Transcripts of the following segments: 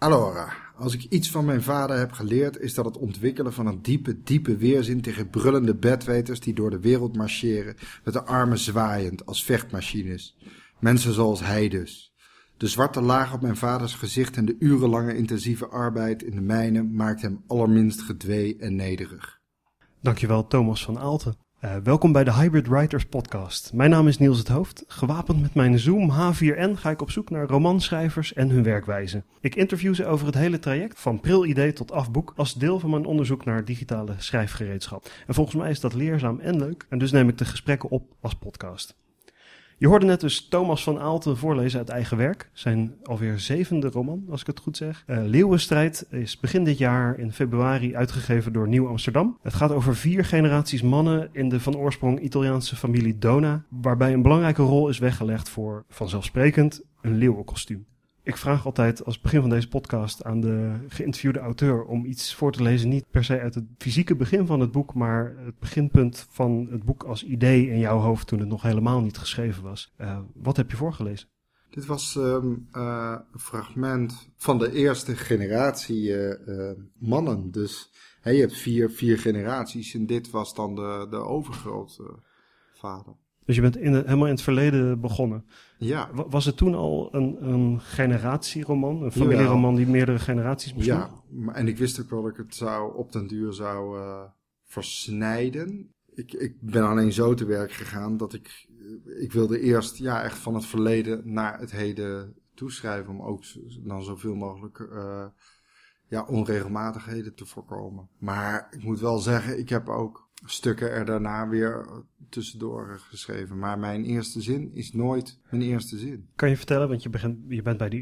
Allora, als ik iets van mijn vader heb geleerd, is dat het ontwikkelen van een diepe weerzin tegen brullende bedweters die door de wereld marcheren, met de armen zwaaiend als vechtmachines. Mensen zoals hij dus. De zwarte laag op mijn vaders gezicht en de urenlange intensieve arbeid in de mijnen maakt hem allerminst gedwee en nederig. Dankjewel Thomas van Aalten. Welkom bij de Hybrid Writers podcast. Mijn naam is Niels het Hoofd. Gewapend met mijn Zoom H4n ga ik op zoek naar romanschrijvers en hun werkwijze. Ik interview ze over het hele traject, van pril idee tot afboek, als deel van mijn onderzoek naar digitale schrijfgereedschap. En volgens mij is dat leerzaam en leuk, en dus neem ik de gesprekken op als podcast. Je hoorde net dus Thomas van Aalten voorlezen uit eigen werk. Zijn alweer 7e roman, als ik het goed zeg. Leeuwenstrijd is begin dit jaar in februari uitgegeven door Nieuw Amsterdam. Het gaat over 4 generaties mannen in de van oorsprong Italiaanse familie Dona, waarbij een belangrijke rol is weggelegd voor, vanzelfsprekend, een leeuwenkostuum. Ik vraag altijd als begin van deze podcast aan de geïnterviewde auteur om iets voor te lezen, niet per se uit het fysieke begin van het boek, maar het beginpunt van het boek als idee in jouw hoofd toen het nog helemaal niet geschreven was. Wat heb je voorgelezen? Dit was een fragment van de eerste generatie mannen. Dus je hebt 4 generaties en dit was dan de overgrootvader. Dus je bent helemaal in het verleden begonnen. Ja. Was het toen al een generatieroman, een familieroman die meerdere generaties besloeg? Ja, en ik wist ook wel dat ik het op den duur zou versnijden. Ik ben alleen zo te werk gegaan dat ik wilde eerst echt van het verleden naar het heden toeschrijven, om ook dan zoveel mogelijk onregelmatigheden te voorkomen. Maar ik moet wel zeggen, ik heb ook stukken er daarna weer tussendoor geschreven. Maar mijn eerste zin is nooit mijn eerste zin. Kan je vertellen, want je bent bij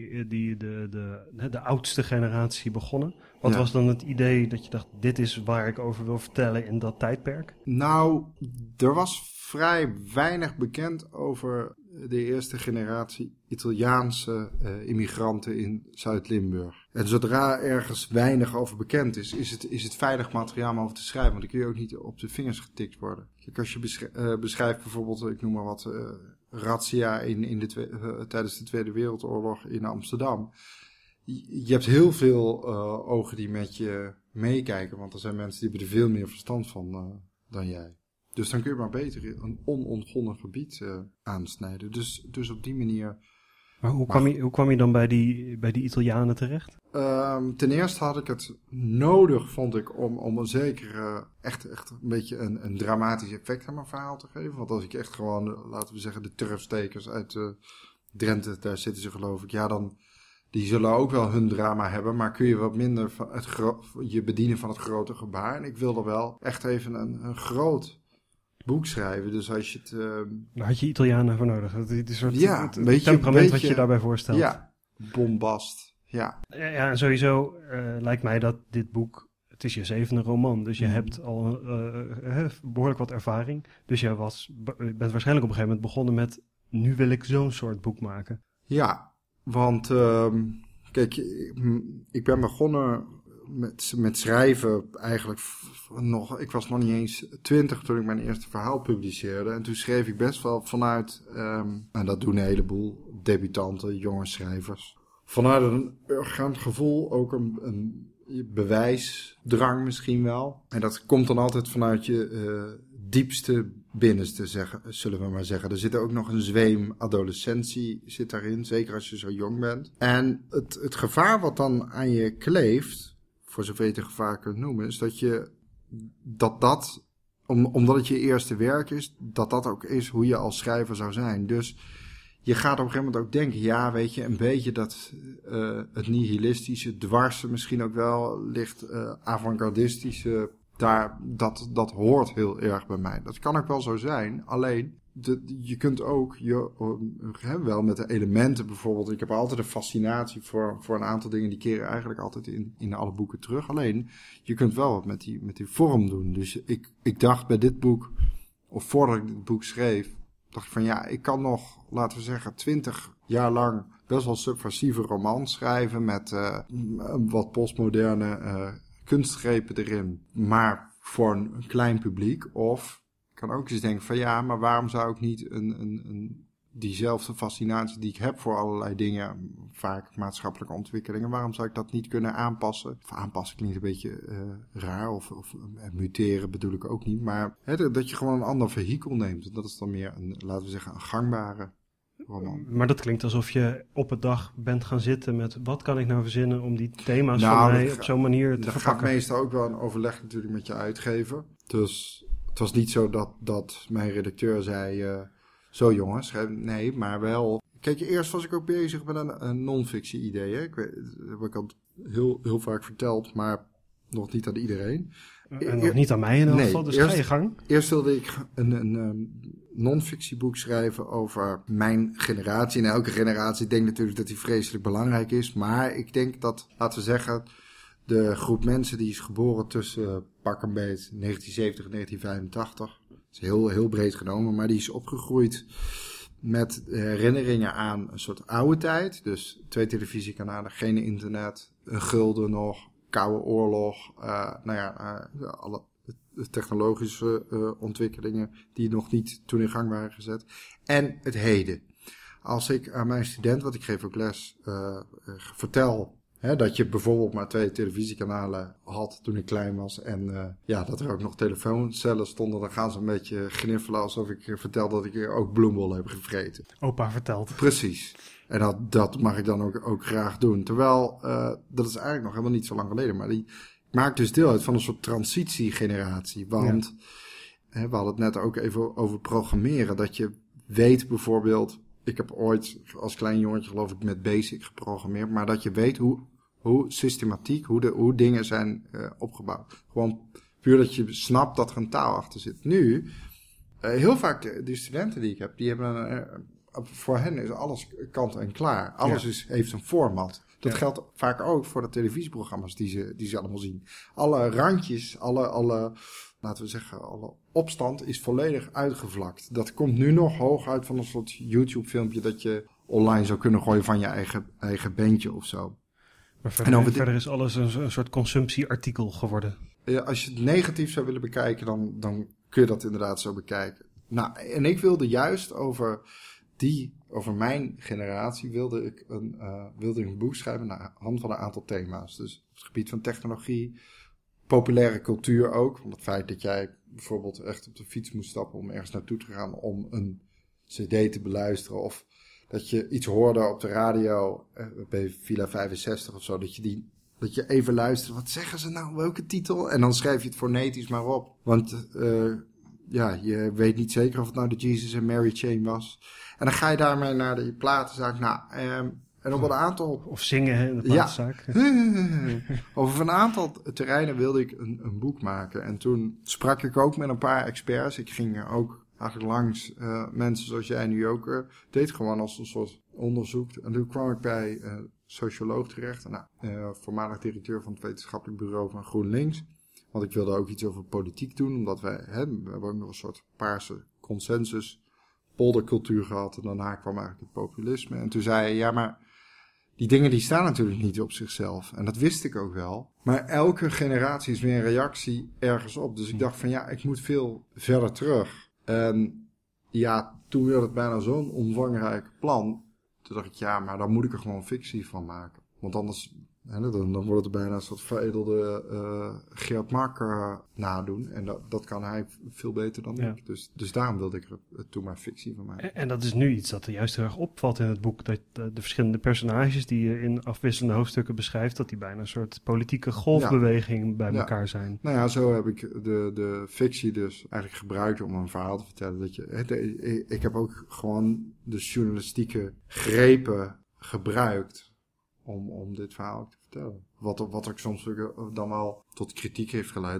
de oudste generatie begonnen. Wat was dan het idee dat je dacht, dit is waar ik over wil vertellen in dat tijdperk? Nou, er was vrij weinig bekend over de eerste generatie Italiaanse immigranten in Zuid-Limburg. En zodra ergens weinig over bekend is het veilig materiaal om over te schrijven. Want dan kun je ook niet op de vingers getikt worden. Kijk, als je beschrijft bijvoorbeeld, ik noem maar wat, razzia tijdens de Tweede Wereldoorlog in Amsterdam. Je hebt heel veel ogen die met je meekijken. Want er zijn mensen die hebben er veel meer verstand van dan jij. Dus dan kun je maar beter een onontgonnen gebied aansnijden. Dus op die manier. Maar hoe kwam je dan bij die Italianen terecht? Ten eerste had ik het nodig, vond ik, om een zekere, echt een beetje een dramatisch effect aan mijn verhaal te geven. Want als ik echt gewoon, laten we zeggen, de turfstekers uit Drenthe, daar zitten ze geloof ik, dan die zullen ook wel hun drama hebben, maar kun je wat minder je bedienen van het grote gebaar. En ik wilde wel echt even een groot boek schrijven, dus als je het... Daar had je Italianen voor nodig. Het soort het temperament wat je daarbij voorstelt. Ja, bombast. Ja, en sowieso lijkt mij dat dit boek, het is je 7e roman, dus je hebt al behoorlijk wat ervaring. Dus je bent waarschijnlijk op een gegeven moment begonnen met, nu wil ik zo'n soort boek maken. Ja, want kijk, ik ben begonnen met schrijven eigenlijk nog, ik was nog niet eens 20 toen ik mijn eerste verhaal publiceerde. En toen schreef ik best wel vanuit, en dat doen een heleboel debutanten, jonge schrijvers, vanuit een urgent gevoel, ook een bewijsdrang misschien wel. En dat komt dan altijd vanuit je diepste binnenste, zullen we maar zeggen. Er zit ook nog een zweem adolescentie zit daarin, zeker als je zo jong bent. En het gevaar wat dan aan je kleeft, voor zover je het een gevaar kunt noemen, is dat omdat het je eerste werk is, dat ook is hoe je als schrijver zou zijn. Dus je gaat op een gegeven moment ook denken, weet je, een beetje dat het nihilistische, dwarse, misschien ook wel licht avant-gardistische, dat hoort heel erg bij mij. Dat kan ook wel zo zijn, alleen je kunt ook wel met de elementen bijvoorbeeld. Ik heb altijd een fascinatie voor een aantal dingen, die keren eigenlijk altijd in alle boeken terug. Alleen, je kunt wel wat met die vorm doen. Dus ik dacht bij dit boek, of voordat ik dit boek schreef, dacht ik van ik kan nog, laten we zeggen, 20 jaar lang best wel subversieve romans schrijven met wat postmoderne kunstgrepen erin, maar voor een klein publiek. Of ik kan ook eens denken van maar waarom zou ik niet een diezelfde fascinatie die ik heb voor allerlei dingen, vaak maatschappelijke ontwikkelingen, waarom zou ik dat niet kunnen aanpassen? Of aanpassen klinkt een beetje raar, of muteren bedoel ik ook niet, maar dat je gewoon een ander vehikel neemt. Dat is dan meer laten we zeggen, een gangbare roman. Maar dat klinkt alsof je op een dag bent gaan zitten met wat kan ik nou verzinnen om die thema's van mij op zo'n manier te verpakken. Dat gaat meestal ook wel een overleg natuurlijk met je uitgever. Dus het was niet zo dat mijn redacteur zei, zo jongens, nee, maar wel. Kijk, eerst was ik ook bezig met een non-fictie idee. Hè? Dat heb ik al heel vaak verteld, maar nog niet aan iedereen. En nog niet aan mij in elk geval, dus ga je gang. Eerst wilde ik een non-fictieboek schrijven over mijn generatie. En elke generatie denkt natuurlijk dat die vreselijk belangrijk is. Maar ik denk dat, laten we zeggen, de groep mensen die is geboren tussen pak een beet 1970 en 1985. Dat is heel breed genomen, maar die is opgegroeid met herinneringen aan een soort oude tijd. Dus 2 televisiekanalen, geen internet, een gulden nog, Koude Oorlog, alle technologische ontwikkelingen die nog niet toen in gang waren gezet. En het heden. Als ik aan mijn student, want ik geef ook les, vertel dat je bijvoorbeeld maar 2 televisiekanalen had toen ik klein was. En dat er ook nog telefooncellen stonden. Dan gaan ze een beetje gniffelen alsof ik vertel dat ik ook bloembol heb gevreten. Opa vertelt. Precies. En dat mag ik dan ook graag doen. Terwijl, dat is eigenlijk nog helemaal niet zo lang geleden. Maar die maakt dus deel uit van een soort transitiegeneratie. Want we hadden het net ook even over programmeren. Dat je weet bijvoorbeeld, ik heb ooit als klein jongetje geloof ik met Basic geprogrammeerd. Maar dat je weet hoe systematiek, hoe dingen zijn opgebouwd. Gewoon puur dat je snapt dat er een taal achter zit. Nu, heel vaak de studenten die ik heb, die hebben voor hen is alles kant en klaar. Alles heeft een format. Dat geldt vaak ook voor de televisieprogramma's die ze allemaal zien. Alle randjes, alle laten we zeggen, alle opstand is volledig uitgevlakt. Dat komt nu nog hoog uit van een soort YouTube-filmpje dat je online zou kunnen gooien van je eigen bandje of zo. Maar verder is alles een soort consumptieartikel geworden. Als je het negatief zou willen bekijken, dan kun je dat inderdaad zo bekijken. Nou, en ik wilde juist over mijn generatie wilde ik een boek schrijven naar hand van een aantal thema's. Dus op het gebied van technologie, populaire cultuur ook. Want het feit dat jij bijvoorbeeld echt op de fiets moest stappen om ergens naartoe te gaan om een cd te beluisteren. Of dat je iets hoorde op de radio bij Villa 65 of zo. Dat je even luistert, wat zeggen ze nou, welke titel? En dan schrijf je het fonetisch maar op. Want je weet niet zeker of het nou de Jesus and Mary Chain was. En dan ga je daarmee naar de platenzaak. En op een aantal... Of zingen in de platenzaak. Ja. Over een aantal terreinen wilde ik een boek maken. En toen sprak ik ook met een paar experts. Ik ging ook eigenlijk langs mensen zoals jij nu ook deed. Gewoon als een soort onderzoek. En toen kwam ik bij socioloog terecht. Voormalig directeur van het wetenschappelijk bureau van GroenLinks. Want ik wilde ook iets over politiek doen. Omdat we hebben ook nog een soort paarse consensus poldercultuur gehad. En daarna kwam eigenlijk het populisme. En toen zei hij, ja, maar die dingen die staan natuurlijk niet op zichzelf. En dat wist ik ook wel. Maar elke generatie is weer een reactie ergens op. Dus ik dacht van ik moet veel verder terug. En toen werd het bijna zo'n omvangrijk plan. Toen dacht ik, maar dan moet ik er gewoon fictie van maken. Want anders, dan wordt het bijna een soort veredelde Geert Mak nadoen. En dat kan hij veel beter dan ik. Dus daarom wilde ik er toen maar fictie van maken. En dat is nu iets dat er juist heel erg opvalt in het boek. Dat de verschillende personages die je in afwisselende hoofdstukken beschrijft, dat die bijna een soort politieke golfbeweging bij elkaar zijn. Nou ja, zo heb ik de fictie dus eigenlijk gebruikt om een verhaal te vertellen. Ik heb ook gewoon de journalistieke grepen gebruikt om dit verhaal te vertellen. Wat ook soms dan wel tot kritiek heeft geleid.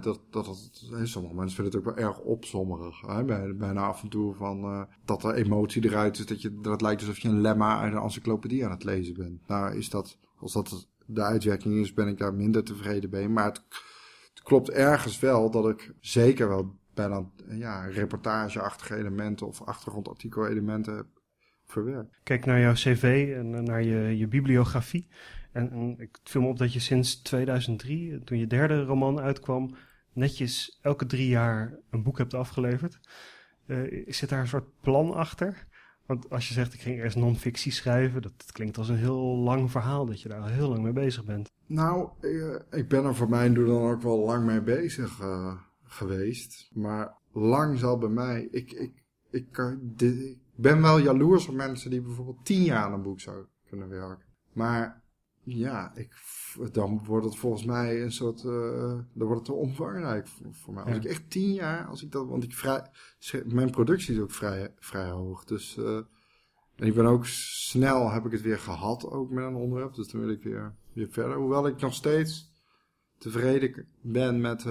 Sommige mensen vinden het ook wel erg opsommerig. Bijna af en toe van dat er emotie eruit is. Dat het lijkt alsof je een lemma uit een encyclopedie aan het lezen bent. Nou, als dat de uitwerking is, ben ik daar minder tevreden mee. Maar het klopt ergens wel dat ik zeker wel bijna reportageachtige elementen of achtergrondartikel elementen heb verwerkt. Kijk naar jouw cv en naar je bibliografie. En ik viel me op dat je sinds 2003, toen je derde roman uitkwam, netjes elke 3 jaar een boek hebt afgeleverd. Zit daar een soort plan achter? Want als je zegt, ik ging eerst non-fictie schrijven, dat klinkt als een heel lang verhaal, dat je daar al heel lang mee bezig bent. Nou, ik ben er voor mijn doen dan ook wel lang mee bezig geweest. Maar lang zal bij mij... Ik ben wel jaloers op mensen die bijvoorbeeld 10 jaar aan een boek zouden kunnen werken. Maar ja, dan wordt het volgens mij een soort... dan wordt het te omvangrijk voor mij. Als ik echt 10 jaar... Want mijn productie is ook vrij hoog. Dus... en ik ben ook snel, heb ik het weer gehad ook met een onderwerp. Dus dan wil ik weer verder. Hoewel ik nog steeds tevreden ben met...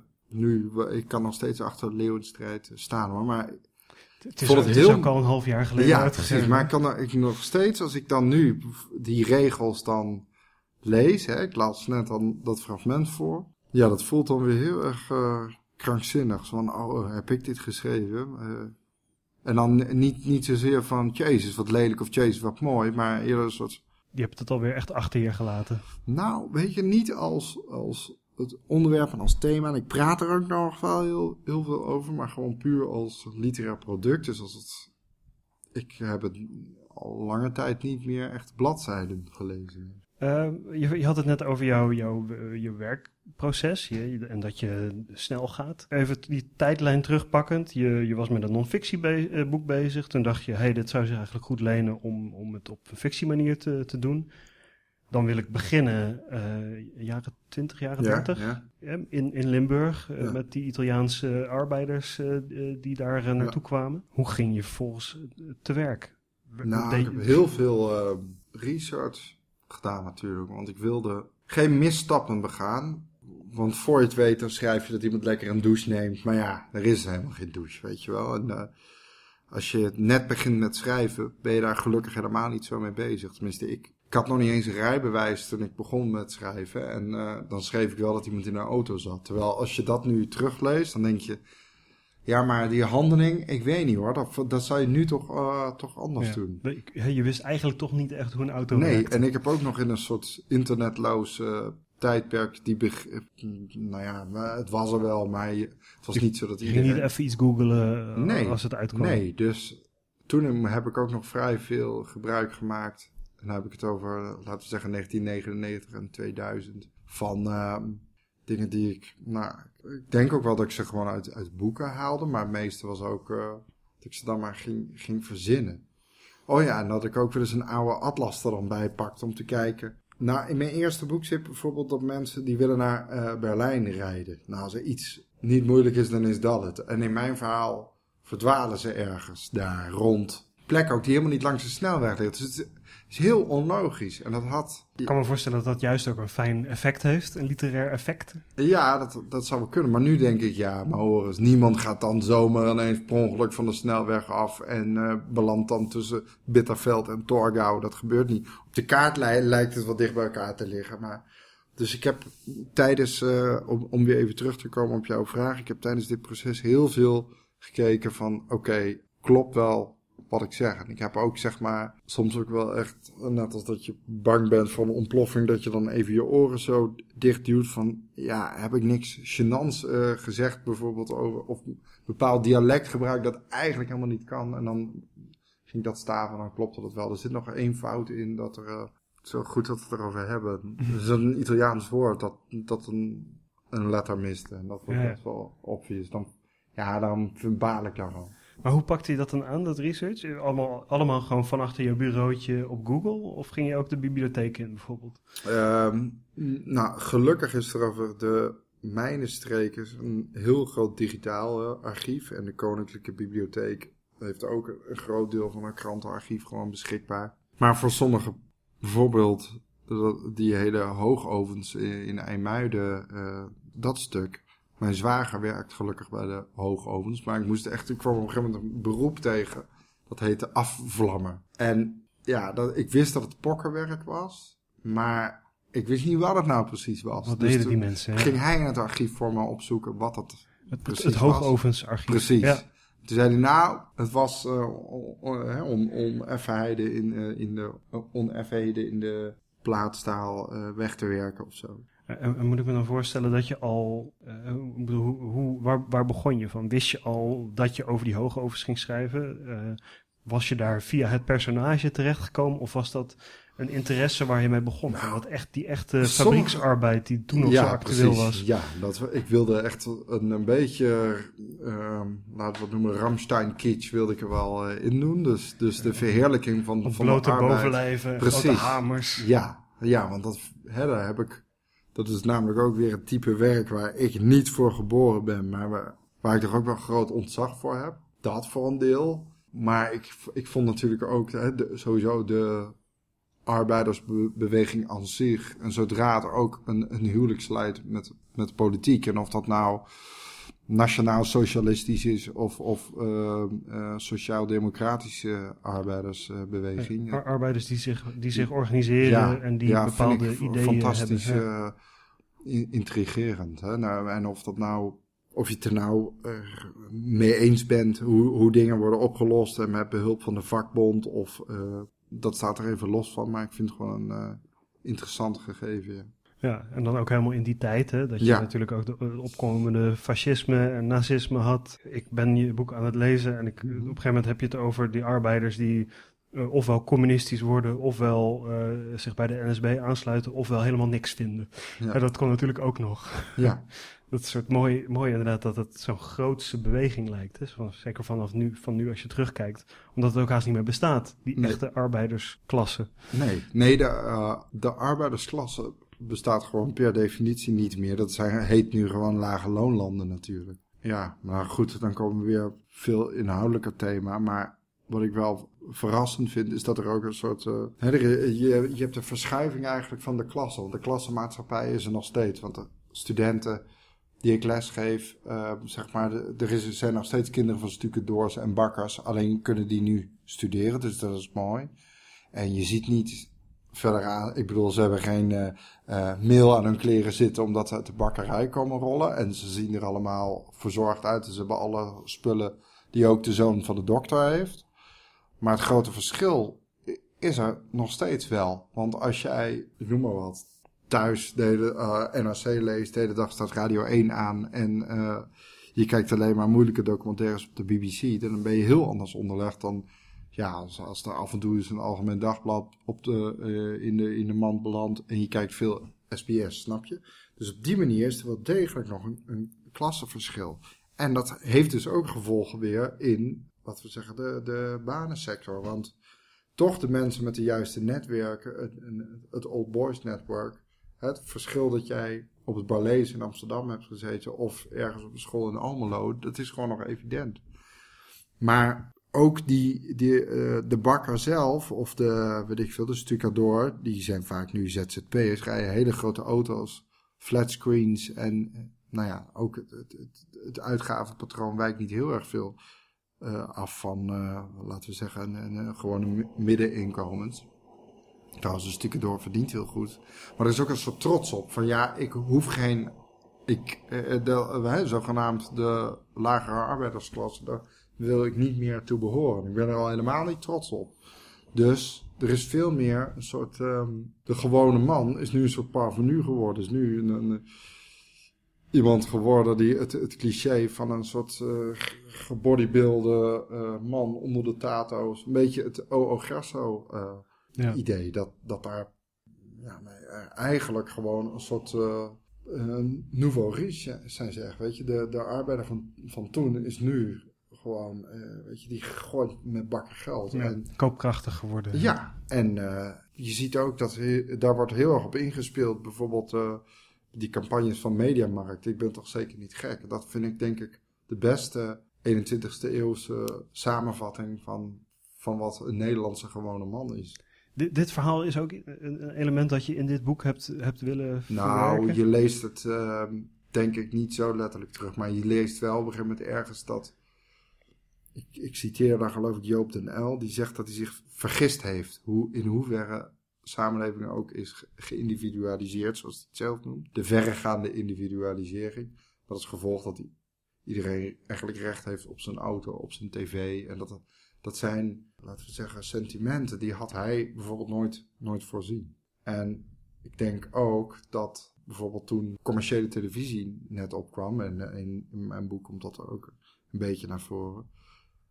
ik kan nog steeds achter de Leeuwenstrijd staan hoor. Maar het is ook al een half jaar geleden uitgegeven. Precies, maar ik nog steeds, als ik dan nu die regels dan lees. Hè, ik las net dan dat fragment voor. Ja, dat voelt dan weer heel erg krankzinnig. Zo van, heb ik dit geschreven? En dan niet zozeer van, jezus, wat lelijk of jezus, wat mooi. Maar eerder een soort... Je hebt het alweer echt achter je gelaten. Nou, weet je, niet als het onderwerp en als thema. En ik praat er ook nog wel heel veel over. Maar gewoon puur als literair product. Dus ik heb het al lange tijd niet meer echt bladzijden gelezen. Je had het net over je werkproces en dat je snel gaat. Even die tijdlijn terugpakkend. Je was met een non-fictieboek bezig. Toen dacht je, dit zou zich eigenlijk goed lenen om het op een fictiemanier te doen. Dan wil ik beginnen jaren 20, jaren 30 in Limburg met die Italiaanse arbeiders die daar naartoe kwamen. Hoe ging je vervolgens te werk? Nou, ik heb heel veel research gedaan natuurlijk, want ik wilde geen misstappen begaan. Want voor je het weet, dan schrijf je dat iemand lekker een douche neemt. Maar ja, er is helemaal geen douche, weet je wel. En als je net begint met schrijven, ben je daar gelukkig helemaal niet zo mee bezig. Tenminste, ik had nog niet eens een rijbewijs toen ik begon met schrijven. En dan schreef ik wel dat iemand in een auto zat. Terwijl als je dat nu terugleest, dan denk je... Ja, maar die handeling, ik weet niet hoor. Dat zou je nu toch anders doen. Je wist eigenlijk toch niet echt hoe een auto werkt. Nee, en ik heb ook nog in een soort internetloos tijdperk het was er wel, maar het was niet zo dat iedereen... Je ging niet even iets googlen als het uitkwam? Nee, dus toen heb ik ook nog vrij veel gebruik gemaakt. En dan heb ik het over, laten we zeggen, 1999 en 2000. Van dingen die ik denk ook wel dat ik ze gewoon uit boeken haalde. Maar het meeste was ook dat ik ze dan maar ging verzinnen. Oh ja, en dat ik ook weer eens een oude atlas er dan bij pakte om te kijken. Nou, in mijn eerste boek zit bijvoorbeeld dat mensen die willen naar Berlijn rijden. Nou, als er iets niet moeilijk is, dan is dat het. En in mijn verhaal verdwalen ze ergens daar rond. Plek ook die helemaal niet langs de snelweg ligt. Dus het is heel onlogisch. En ik kan me voorstellen dat dat juist ook een fijn effect heeft. Een literair effect. Ja, dat zou wel kunnen. Maar nu denk ik, maar hoor eens, niemand gaat dan zomaar ineens per ongeluk van de snelweg af. En belandt dan tussen Bitterveld en Torgau. Dat gebeurt niet. Op de kaart lijkt het wat dicht bij elkaar te liggen. Maar... Dus ik heb tijdens, om weer even terug te komen op jouw vraag. Ik heb tijdens dit proces heel veel gekeken van, oké, klopt wel wat ik zeg. En ik heb ook, zeg maar, soms ook wel echt, net als dat je bang bent voor een ontploffing, dat je dan even je oren zo dicht duwt van, heb ik niks gênants gezegd bijvoorbeeld over, of een bepaald dialect gebruik dat eigenlijk helemaal niet kan. En dan ging dat staven, dan klopt dat wel. Er zit nog 1 fout in dat er, zo goed dat we het erover hebben. Er is een Italiaans woord dat een letter miste. En dat wordt best wel obvious. Dan baal ik daarvan. Maar hoe pakte je dat dan aan, dat research? Allemaal gewoon van achter je bureautje op Google? Of ging je ook de bibliotheek in bijvoorbeeld? Gelukkig is er over de mijnenstreken een heel groot digitaal archief. En de Koninklijke Bibliotheek heeft ook een groot deel van haar krantenarchief gewoon beschikbaar. Maar voor sommige, bijvoorbeeld die hele hoogovens in IJmuiden, dat stuk... Mijn zwager werkt gelukkig bij de hoogovens. Maar ik kwam op een gegeven moment een beroep tegen. Dat heette afvlammen. En ik wist dat het pokkenwerk was. Maar ik wist niet wat het nou precies was. Wat deden die mensen? Ging hij in het archief voor me opzoeken wat het precies was. Het hoogovensarchief. Precies. Ja. Toen zei hij, het was oneffenheden in de plaatstaal weg te werken of zo. En moet ik me dan voorstellen dat je al... waar begon je van? Wist je al dat je over die hoogovens ging schrijven? Was je daar via het personage terechtgekomen of was dat een interesse waar je mee begon? Nou, die echte fabrieksarbeid die toen nog zo actueel was. Ja, ik wilde echt een beetje, laten we het noemen, Rammstein-kitsch wilde ik er wel in doen. Dus de verheerlijking van blote de arbeid. bovenlijven, grote hamers. Ja, want daar heb ik... Dat is namelijk ook weer het type werk waar ik niet voor geboren ben, maar waar ik toch ook wel groot ontzag voor heb. Dat voor een deel. Maar ik vond natuurlijk ook sowieso de arbeidersbeweging aan zich. En zodra er ook een huwelijk sluit met politiek. En of dat nou nationaal-socialistisch is of sociaal-democratische arbeidersbeweging. Arbeiders die zich organiseren en die bepaalde ideeën fantastisch, hebben. Intrigerend. Hè? Nou, en of je het er nou mee eens bent hoe dingen worden opgelost en met behulp van de vakbond dat staat er even los van, maar ik vind het gewoon een interessant gegeven. Ja. Ja, en dan ook helemaal in die tijd, hè, dat je natuurlijk ook de opkomende fascisme en nazisme had. Ik ben je boek aan het lezen en op een gegeven moment heb je het over die arbeiders die ofwel communistisch worden, ofwel zich bij de NSB aansluiten, ofwel helemaal niks vinden. Ja. En dat kon natuurlijk ook nog. Ja. Dat is soort mooi inderdaad dat het zo'n grootse beweging lijkt. Hè? Zeker van nu als je terugkijkt. Omdat het ook haast niet meer bestaat. Die echte arbeidersklasse. Nee, de arbeidersklasse bestaat gewoon per definitie niet meer. Dat heet nu gewoon lage loonlanden natuurlijk. Ja, maar goed, dan komen we weer veel inhoudelijker thema. Maar wat ik wel verrassend vind, is dat er ook een soort... je hebt de verschuiving eigenlijk van de klasse. Want de klassenmaatschappij is er nog steeds. Want de studenten die ik lesgeef, zijn nog steeds kinderen van stucadoors en bakkers. Alleen kunnen die nu studeren, dus dat is mooi. En je ziet niet verder aan... Ik bedoel, ze hebben geen meel aan hun kleren zitten omdat ze uit de bakkerij komen rollen. En ze zien er allemaal verzorgd uit. En ze hebben alle spullen die ook de zoon van de dokter heeft. Maar het grote verschil is er nog steeds wel. Want als jij, ik noem maar wat, thuis de NRC leest, de hele dag staat Radio 1 aan en je kijkt alleen maar moeilijke documentaires op de BBC, dan ben je heel anders onderlegd dan als er af en toe eens een algemeen dagblad in de mand belandt en je kijkt veel SBS, snap je? Dus op die manier is er wel degelijk nog een klassenverschil. En dat heeft dus ook gevolgen weer in, wat we zeggen, de banensector. Want toch de mensen met de juiste netwerken, het Old Boys Network, het verschil dat jij op het Barlees in Amsterdam hebt gezeten of ergens op een school in Almelo, dat is gewoon nog evident. Maar ook de bakker zelf of de stucador, die zijn vaak nu ZZP'ers, rijden hele grote auto's, flatscreens en ook het uitgavenpatroon wijkt niet heel erg veel af van, laten we zeggen, een gewone middeninkomens. Trouwens, een stucador verdient heel goed. Maar er is ook een soort trots op. Van ik hoef geen... zogenaamd de lagere arbeidersklasse, daar wil ik niet meer toe behoren. Ik ben er al helemaal niet trots op. Dus er is veel meer een soort... de gewone man is nu een soort parvenu geworden. Is nu iemand geworden die het cliché van een soort gebodybuilde man onder de tato's. Een beetje het O.O. Grasso idee. Dat daar eigenlijk gewoon een soort nouveau riche zijn ze echt. Weet je, de arbeider van toen is nu gewoon, die gooit met bakken geld. Ja, en koopkrachtig geworden. Ja, en je ziet ook dat daar wordt heel erg op ingespeeld. Bijvoorbeeld die campagnes van Mediamarkt. Ik ben toch zeker niet gek. Dat vind ik denk ik de beste 21ste eeuwse samenvatting van wat een Nederlandse gewone man is. Dit verhaal is ook een element dat je in dit boek hebt willen verwerken? Nou, je leest het denk ik niet zo letterlijk terug. Maar je leest wel op een gegeven moment ergens dat... Ik citeer daar geloof ik Joop den Uyl. Die zegt dat hij zich vergist heeft. In hoeverre samenleving ook is geïndividualiseerd, zoals hij het zelf noemt. De verregaande individualisering. Dat is gevolg dat iedereen eigenlijk recht heeft op zijn auto, op zijn tv. En dat zijn, laten we zeggen, sentimenten. Die had hij bijvoorbeeld nooit voorzien. En ik denk ook dat bijvoorbeeld toen commerciële televisie net opkwam. En in mijn boek komt dat er ook een beetje naar voren.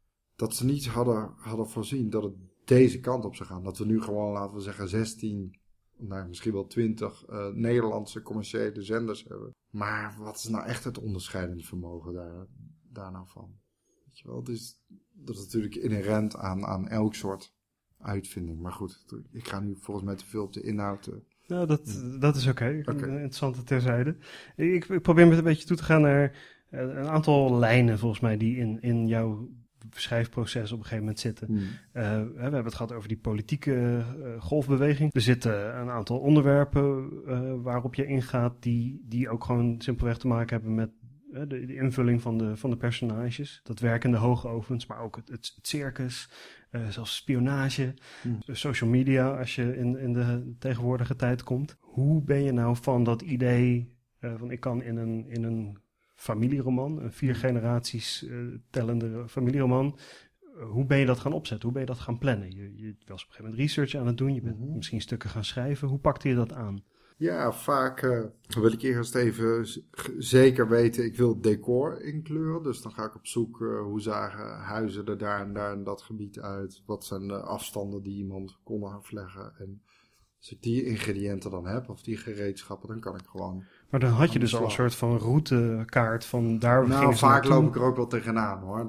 dat ze niet hadden voorzien dat het deze kant op zou gaan. Dat we nu gewoon, laten we zeggen, 16, misschien wel 20 Nederlandse commerciële zenders hebben. Maar wat is nou echt het onderscheidende vermogen daar nou van? Weet je wel, dus dat is natuurlijk inherent aan elk soort uitvinding. Maar goed, ik ga nu volgens mij te veel op de inhoud. Nou, dat is oké. Een interessante terzijde. Ik probeer met een beetje toe te gaan naar een aantal lijnen, volgens mij, die in jouw schrijfproces op een gegeven moment zitten. We hebben het gehad over die politieke golfbeweging. Er zitten een aantal onderwerpen waarop je ingaat die ook gewoon simpelweg te maken hebben met de invulling van de personages. Dat werkende hoogovens, maar ook het circus, zelfs spionage, social media als je in de tegenwoordige tijd komt. Hoe ben je nou van dat idee van ik kan in een familieroman, een 4 generaties tellende familieroman, hoe ben je dat gaan opzetten? Hoe ben je dat gaan plannen? Je was op een gegeven moment research aan het doen, je bent misschien stukken gaan schrijven. Hoe pakte je dat aan? Ja, vaak wil ik eerst even zeker weten, ik wil het decor inkleuren. Dus dan ga ik op zoek, hoe zagen huizen er daar en dat gebied uit? Wat zijn de afstanden die iemand kon afleggen? En als ik die ingrediënten dan heb, of die gereedschappen, dan kan ik gewoon... Maar dan had je dus al een soort van routekaart van daar Nou, gingen ze vaak naartoe. loop ik er ook wel tegenaan hoor.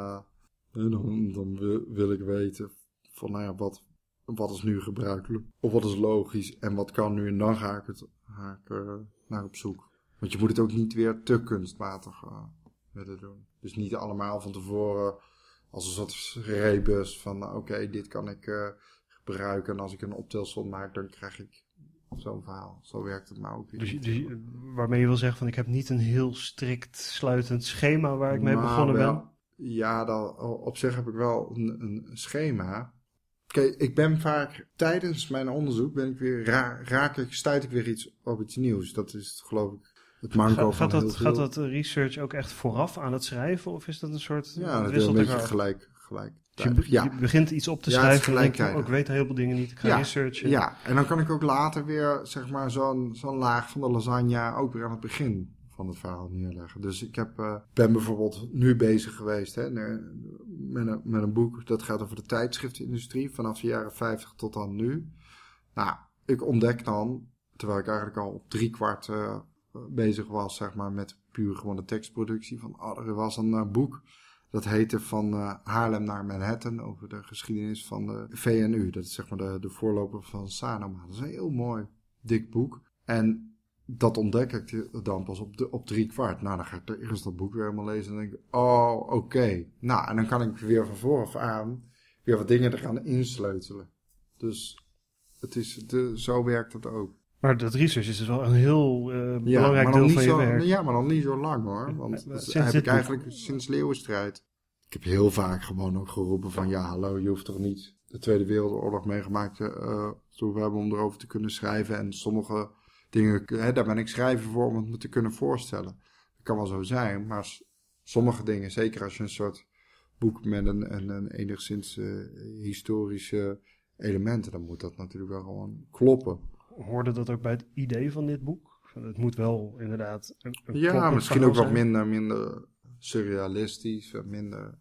Dan wil ik weten van, nou ja, wat is nu gebruikelijk? Of wat is logisch? En wat kan nu? En dan ga ik naar op zoek. Want je moet het ook niet weer te kunstmatig willen doen. Dus niet allemaal van tevoren als een soort rebus van oké, dit kan ik gebruiken. En als ik een optelsom maak, dan krijg ik zo'n verhaal. Zo werkt het nou ook weer. Dus waarmee je wil zeggen van ik heb niet een heel strikt sluitend schema waar ik mee begonnen ben? Ja, op zich heb ik wel een schema. Kijk, ik ben vaak tijdens mijn onderzoek stuit ik weer op iets nieuws. Dat is geloof ik het manco van heel veel. Gaat dat research ook echt vooraf aan het schrijven? Of is dat een soort... Ja, dat is een beetje gelijk. Dus je begint iets op te schrijven en denk je, ik weet heel veel dingen niet, ik ga researchen. Ja, en dan kan ik ook later weer, zeg maar, zo'n laag van de lasagne ook weer aan het begin van het verhaal neerleggen. Dus ik ben bijvoorbeeld nu bezig geweest met een boek dat gaat over de tijdschriftenindustrie vanaf de jaren 50 tot aan nu. Nou, ik ontdek dan, terwijl ik eigenlijk al op 3/4 bezig was, zeg maar, met puur gewoon de tekstproductie, van er was een boek dat heette Van Haarlem naar Manhattan over de geschiedenis van de VNU. Dat is zeg maar de voorloper van Sanoma. Dat is een heel mooi, dik boek. En dat ontdek ik dan pas op 3/4. Nou, dan ga ik eerst dat boek weer helemaal lezen en denk ik, oké. Nou, en dan kan ik weer van vooraf aan weer wat dingen er gaan insleutelen. Dus zo werkt het ook. Maar dat research is dus wel een heel belangrijk deel van je werk. Ja, maar dan niet zo lang hoor. Want dat heb ik eigenlijk sinds Leeuwenstrijd. Ik heb heel vaak gewoon ook geroepen van ja, hallo, je hoeft toch niet de Tweede Wereldoorlog meegemaakt te hebben om erover te kunnen schrijven. En sommige dingen, daar ben ik schrijver voor om het me te kunnen voorstellen. Dat kan wel zo zijn, maar sommige dingen, zeker als je een soort boek met een enigszins historische elementen, dan moet dat natuurlijk wel gewoon kloppen. Hoorde dat ook bij het idee van dit boek? Het moet wel inderdaad ja, misschien ook wat minder surrealistisch, minder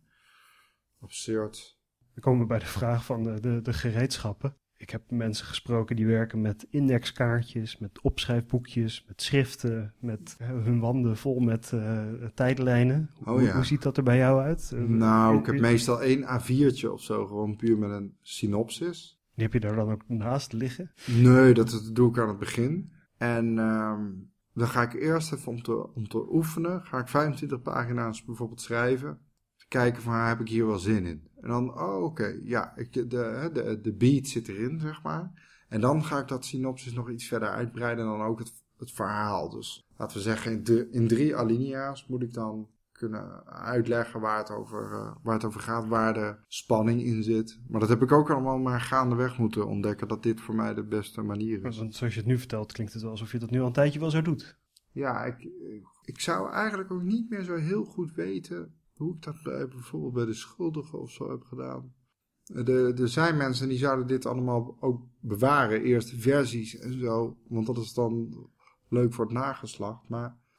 absurd. Dan komen we bij de vraag van de gereedschappen. Ik heb mensen gesproken die werken met indexkaartjes, met opschrijfboekjes, met schriften, met hun wanden vol met tijdlijnen. Hoe ziet dat er bij jou uit? Nou, ik heb meestal 1 A4'tje of zo, gewoon puur met een synopsis. Die heb je daar dan ook naast liggen? Nee, dat doe ik aan het begin. En dan ga ik eerst even om te oefenen, ga ik 25 pagina's bijvoorbeeld schrijven. Kijken van, heb ik hier wel zin in? En dan, oké, ja, de beat zit erin, zeg maar. En dan ga ik dat synopsis nog iets verder uitbreiden en dan ook het verhaal. Dus laten we zeggen, in 3 alinea's moet ik dan kunnen uitleggen waar het over gaat, waar de spanning in zit. Maar dat heb ik ook allemaal maar gaandeweg moeten ontdekken, dat dit voor mij de beste manier is. Want zoals je het nu vertelt, klinkt het wel alsof je dat nu al een tijdje wel zo doet. Ja, ik zou eigenlijk ook niet meer zo heel goed weten hoe ik dat bijvoorbeeld bij de schuldigen of zo heb gedaan. Er zijn mensen die zouden dit allemaal ook bewaren, eerste versies en zo, want dat is dan leuk voor het nageslacht. Maar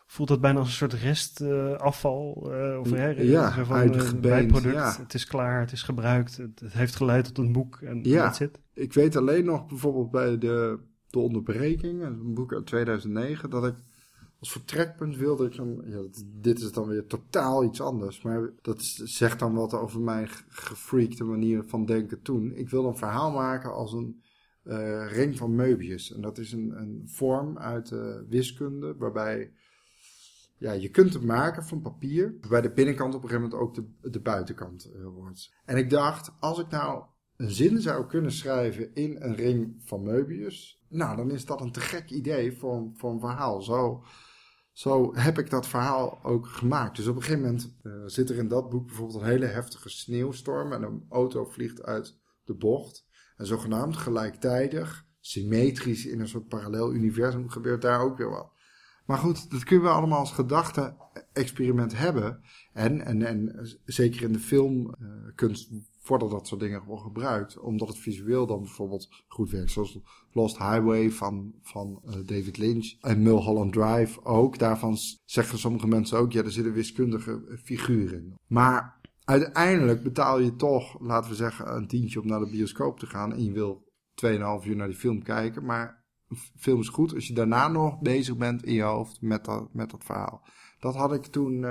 voelt dat bijna als een soort restafval of uitgebeend, bijproduct. Ja. Het is klaar, het is gebruikt, het heeft geleid tot een boek en that's it. Ik weet alleen nog bijvoorbeeld bij de onderbreking, een boek uit 2009, dat ik als vertrekpunt wilde ik dan, dit is dan weer totaal iets anders, maar dat zegt dan wat over mijn gefreakte manier van denken toen. Ik wilde een verhaal maken als een ring van Möbius. En dat is een vorm uit wiskunde, waarbij je kunt het maken van papier, waarbij de binnenkant op een gegeven moment ook de buitenkant wordt. En ik dacht, als ik nou een zin zou kunnen schrijven in een ring van Möbius, nou, dan is dat een te gek idee voor een verhaal. Zo heb ik dat verhaal ook gemaakt. Dus op een gegeven moment zit er in dat boek bijvoorbeeld een hele heftige sneeuwstorm en een auto vliegt uit de bocht. En zogenaamd gelijktijdig, symmetrisch in een soort parallel universum gebeurt daar ook weer wat. Maar goed, dat kunnen we allemaal als gedachte-experiment hebben. En zeker in de filmkunst worden dat soort dingen gewoon gebruikt. Omdat het visueel dan bijvoorbeeld goed werkt. Zoals Lost Highway van David Lynch. En Mulholland Drive ook. Daarvan zeggen sommige mensen ook, er zit een wiskundige figuur in. Maar uiteindelijk betaal je toch, laten we zeggen, een tientje om naar de bioscoop te gaan. En je wil 2,5 uur naar die film kijken. Maar een film is goed als je daarna nog bezig bent in je hoofd met dat verhaal. Dat had ik toen...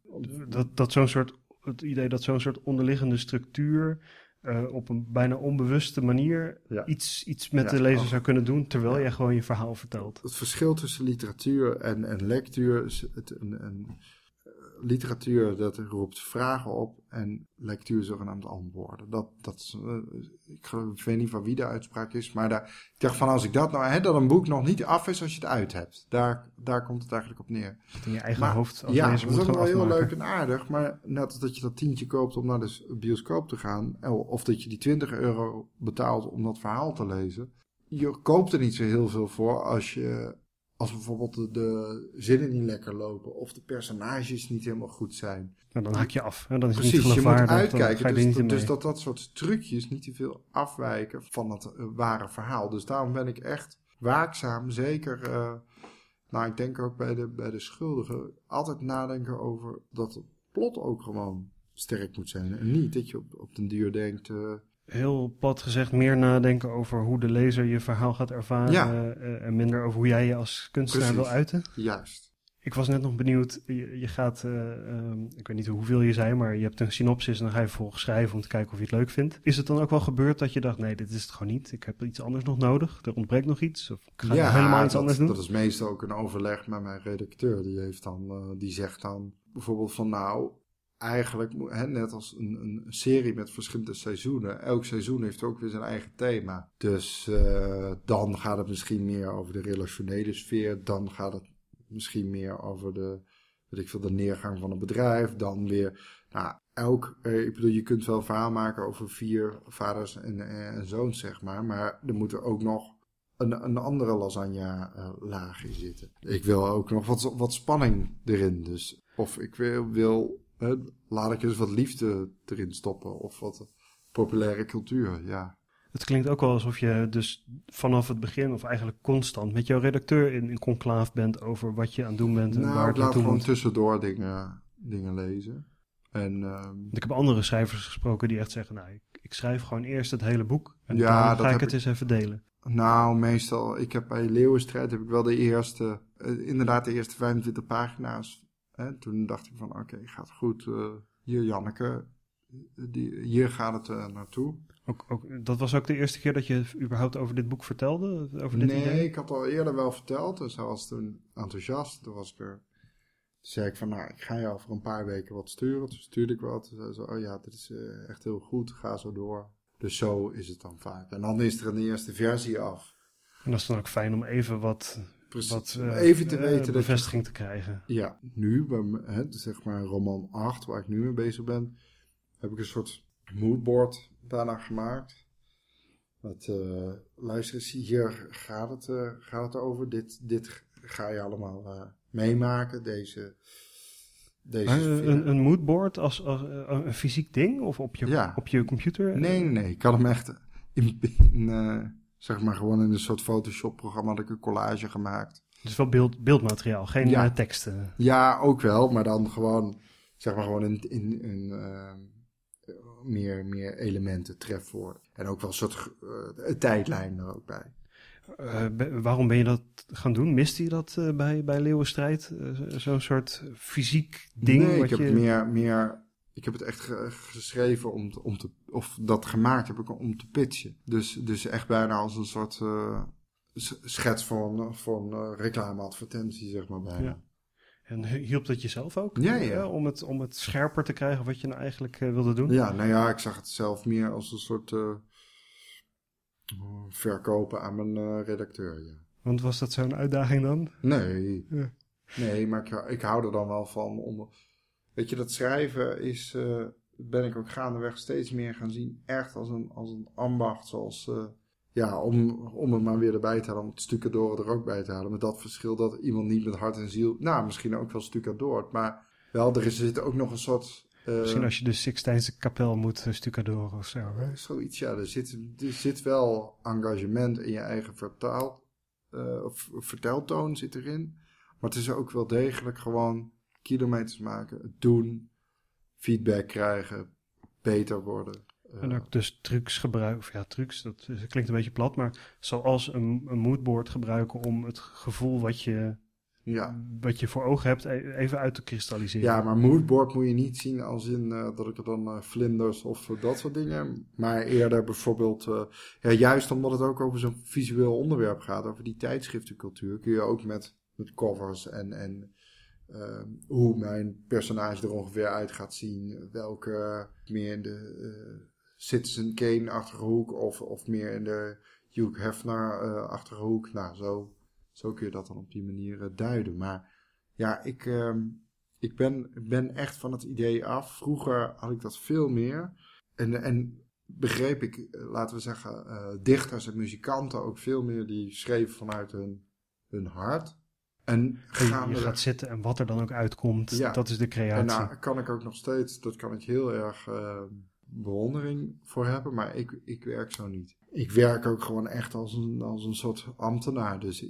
Het idee dat zo'n soort onderliggende structuur op een bijna onbewuste manier iets met de lezer zou kunnen doen, terwijl jij gewoon je verhaal vertelt. Het verschil tussen literatuur en lectuur is literatuur dat roept vragen op en lectuur zogenaamd antwoorden. Ik weet niet van wie de uitspraak is, maar ik dacht van als ik dat nou, dat een boek nog niet af is als je het uit hebt. Daar komt het eigenlijk op neer. In je eigen hoofd als lezer moet gaan dat is wel afmaken. heel leuk en aardig, maar net als dat je dat tientje koopt om naar de bioscoop te gaan, of dat je die 20 euro betaalt om dat verhaal te lezen, je koopt er niet zo heel veel voor als bijvoorbeeld de zinnen niet lekker lopen of de personages niet helemaal goed zijn. Nou, dan haak je af. Hè? Dan is Precies, het niet je moet geloofwaardig, uitkijken. Dus dat soort trucjes niet te veel afwijken van het ware verhaal. Dus daarom ben ik echt waakzaam. Zeker, ik denk ook bij de schuldigen, altijd nadenken over dat het plot ook gewoon sterk moet zijn. En niet dat je op den duur denkt... Heel plat gezegd, meer nadenken over hoe de lezer je verhaal gaat ervaren en minder over hoe jij je als kunstenaar wil uiten. Juist. Ik was net nog benieuwd, je gaat, ik weet niet hoeveel je zei, maar je hebt een synopsis en dan ga je vervolgens schrijven om te kijken of je het leuk vindt. Is het dan ook wel gebeurd dat je dacht, nee, dit is het gewoon niet, ik heb iets anders nog nodig, er ontbreekt nog iets, of ik ga helemaal iets anders doen? Dat is meestal ook een overleg met mijn redacteur, die zegt dan bijvoorbeeld van eigenlijk, net als een serie met verschillende seizoenen. Elk seizoen heeft ook weer zijn eigen thema. Dus dan gaat het misschien meer over de relationele sfeer. Dan gaat het misschien meer over de neergang van een bedrijf. Dan weer, je kunt wel een verhaal maken over 4 vaders en zoons, zeg maar. Maar er moet er ook nog een andere lasagne laag in zitten. Ik wil ook nog wat spanning erin. Dus of ik wil laat ik eens wat liefde erin stoppen. Of wat populaire cultuur, ja. Het klinkt ook wel alsof je dus vanaf het begin, of eigenlijk constant, met jouw redacteur in conclaaf bent over wat je aan het doen bent. En waar ik laat gewoon moet. Tussendoor dingen lezen. En, ik heb andere schrijvers gesproken die echt zeggen, ik schrijf gewoon eerst het hele boek. En dan ga ik het eens even delen. Nou, meestal, ik heb bij Leeuwenstrijd wel de eerste 25 pagina's. Toen dacht ik van, oké, gaat goed. Hier, Janneke, hier gaat het naartoe. Dat was ook de eerste keer dat je überhaupt over dit boek vertelde? Over dit idee? Ik had al eerder wel verteld. Dus hij was toen enthousiast. Toen zei ik van, ik ga jou voor een paar weken wat sturen. Toen stuurde ik wat. Toen zei ze, dit is echt heel goed. Ga zo door. Dus zo is het dan vaak. En dan is er een eerste versie af. En dat is dan ook fijn om even even te weten bevestiging te krijgen. Ja, nu, zeg maar roman 8, waar ik nu mee bezig ben, heb ik een soort moodboard daarna gemaakt. Luister eens, hier gaat het over. Dit ga je allemaal meemaken, deze een moodboard als een fysiek ding? Of op je computer? Nee, ik kan hem echt zeg maar gewoon in een soort Photoshop-programma had ik een collage gemaakt. Dus wel beeldmateriaal, geen teksten. Ja, ook wel, maar dan gewoon, zeg maar gewoon meer elementen, trefwoorden. En ook wel een soort tijdlijn er ook bij. Waarom ben je dat gaan doen? Miste je dat bij Leeuwenstrijd? Zo'n soort fysiek ding? Nee, ik heb het meer... Ik heb het echt geschreven gemaakt heb ik om te pitchen. Dus echt bijna als een soort schets van reclameadvertentie, zeg maar bijna. Ja. En hielp dat jezelf ook? Ja. Om het scherper te krijgen wat je nou eigenlijk wilde doen? Ja, nou ja, ik zag het zelf meer als een soort verkopen aan mijn redacteur, ja. Want was dat zo'n uitdaging dan? Nee. Ja. Nee, maar ik hou er dan wel van. Weet je, dat schrijven ben ik ook gaandeweg steeds meer gaan zien. Echt als een ambacht. Zoals, om het maar weer erbij te halen. Om het stucadoren er ook bij te halen. Met dat verschil dat iemand niet met hart en ziel... Nou, misschien ook wel stucadoort. Maar wel, er zit ook nog een soort... misschien als je de Sixtijnse kapel moet stucadoren of zo. Hè? Zoiets, ja. Er zit wel engagement in je eigen verteltoon zit erin. Maar het is ook wel degelijk gewoon... kilometers maken, het doen, feedback krijgen, beter worden. En ook dus trucs gebruiken, trucs, dat klinkt een beetje plat, maar zoals een moodboard gebruiken om het gevoel wat je voor ogen hebt even uit te kristalliseren. Ja, maar moodboard moet je niet zien als in dat ik er dan vlinders of dat soort dingen, maar eerder bijvoorbeeld, juist omdat het ook over zo'n visueel onderwerp gaat, over die tijdschriftencultuur, kun je ook met covers en hoe mijn personage er ongeveer uit gaat zien. Welke meer in de Citizen Kane-achtige hoek of meer in de Hugh Hefner-achtige hoek. Nou, zo kun je dat dan op die manier duiden. Maar ja, ik ben echt van het idee af. Vroeger had ik dat veel meer. En begreep ik, laten we zeggen, dichters en muzikanten ook veel meer die schreven vanuit hun hart. En je gaat zitten en wat er dan ook uitkomt, dat is de creatie. En daar kan ik ook nog steeds, dat kan ik heel erg bewondering voor hebben, maar ik werk zo niet. Ik werk ook gewoon echt als een soort ambtenaar. Dus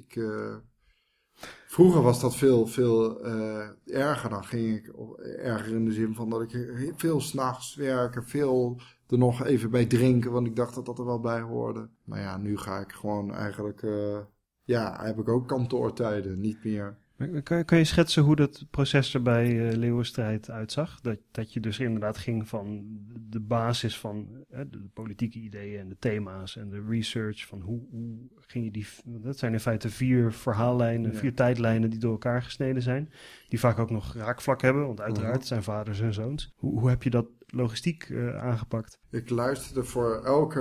vroeger was dat veel erger. Dan ging ik erger in de zin van dat ik veel 's nachts werken, veel er nog even bij drinken, want ik dacht dat er wel bij hoorde. Maar ja, nu ga ik gewoon eigenlijk... heb ik ook kantoortijden, niet meer. Kan je schetsen hoe dat proces er bij Leeuwenstrijd uitzag? Dat je dus inderdaad ging van de basis van de politieke ideeën en de thema's en de research van hoe ging je die... Dat zijn in feite 4 verhaallijnen, 4 tijdlijnen die door elkaar gesneden zijn. Die vaak ook nog raakvlak hebben, want uiteraard zijn vaders en zoons. Hoe heb je dat logistiek aangepakt? Ik luisterde voor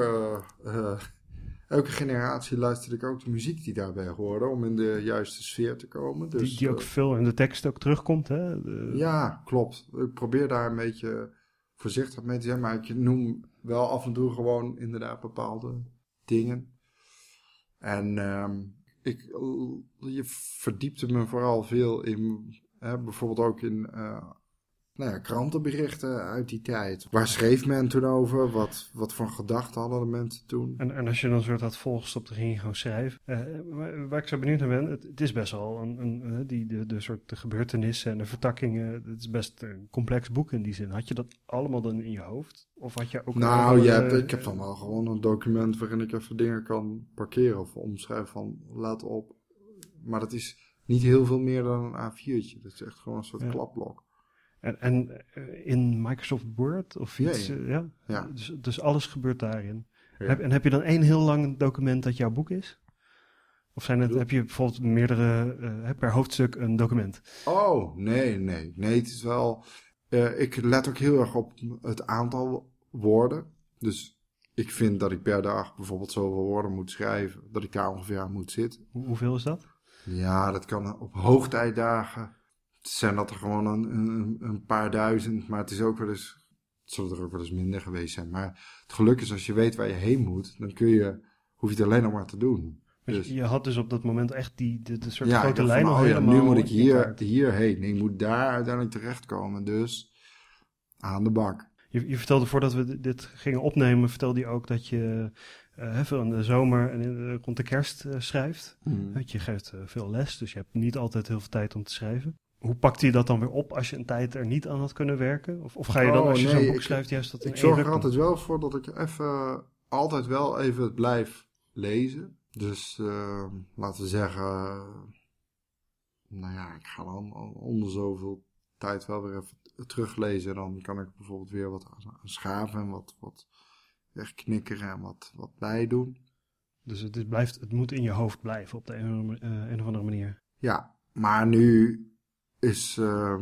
elke generatie luisterde ik ook de muziek die daarbij hoorde, om in de juiste sfeer te komen. Dus, die ook veel in de tekst ook terugkomt, hè? Ja, klopt. Ik probeer daar een beetje voorzichtig mee te zijn, maar ik noem wel af en toe gewoon inderdaad bepaalde dingen. En je verdiepte me vooral veel in, bijvoorbeeld ook in... krantenberichten uit die tijd. Waar schreef men toen over? Wat voor gedachten hadden de mensen toen? En als je dan soort had volgestopt, dan ging je gewoon schrijven. Waar ik zo benieuwd naar ben, het is best wel de gebeurtenissen en de vertakkingen. Het is best een complex boek in die zin. Had je dat allemaal dan in je hoofd? Of had je ook... ik heb dan wel gewoon een document waarin ik even dingen kan parkeren of omschrijven van laat op. Maar dat is niet heel veel meer dan een A4'tje. Dat is echt gewoon een soort klapblok. En in Microsoft Word of iets? Ja. Dus alles gebeurt daarin. Ja. Heb je dan één heel lang document dat jouw boek is? Of heb je bijvoorbeeld meerdere, per hoofdstuk een document? Oh, nee. Nee, het is wel... ik let ook heel erg op het aantal woorden. Dus ik vind dat ik per dag bijvoorbeeld zoveel woorden moet schrijven. Dat ik daar ongeveer aan moet zitten. Hoeveel is dat? Ja, dat kan op hoogtijdagen... zijn dat er gewoon een paar duizend, maar het zullen er ook wel eens minder geweest zijn. Maar het geluk is als je weet waar je heen moet, dan hoef je het alleen nog maar te doen. Dus je had dus op dat moment echt de soort grote lijn al helemaal... nu moet ik hierheen, ik moet daar uiteindelijk terechtkomen, dus aan de bak. Je vertelde voordat we dit gingen opnemen, vertelde je ook dat je veel in de zomer en rond de kerst schrijft. Je geeft veel les, dus je hebt niet altijd heel veel tijd om te schrijven. Hoe pakte je dat dan weer op als je een tijd er niet aan had kunnen werken? Of ga je dan als je zo'n boek schrijft juist dat in ik zorg er altijd wel voor dat ik altijd wel even blijf lezen. Dus laten we zeggen, ik ga dan onder zoveel tijd wel weer even teruglezen. Dan kan ik bijvoorbeeld weer wat aan schaven en wat wegknikkeren en wat bijdoen. Dus het moet in je hoofd blijven op de een of andere manier. Ja, maar nu is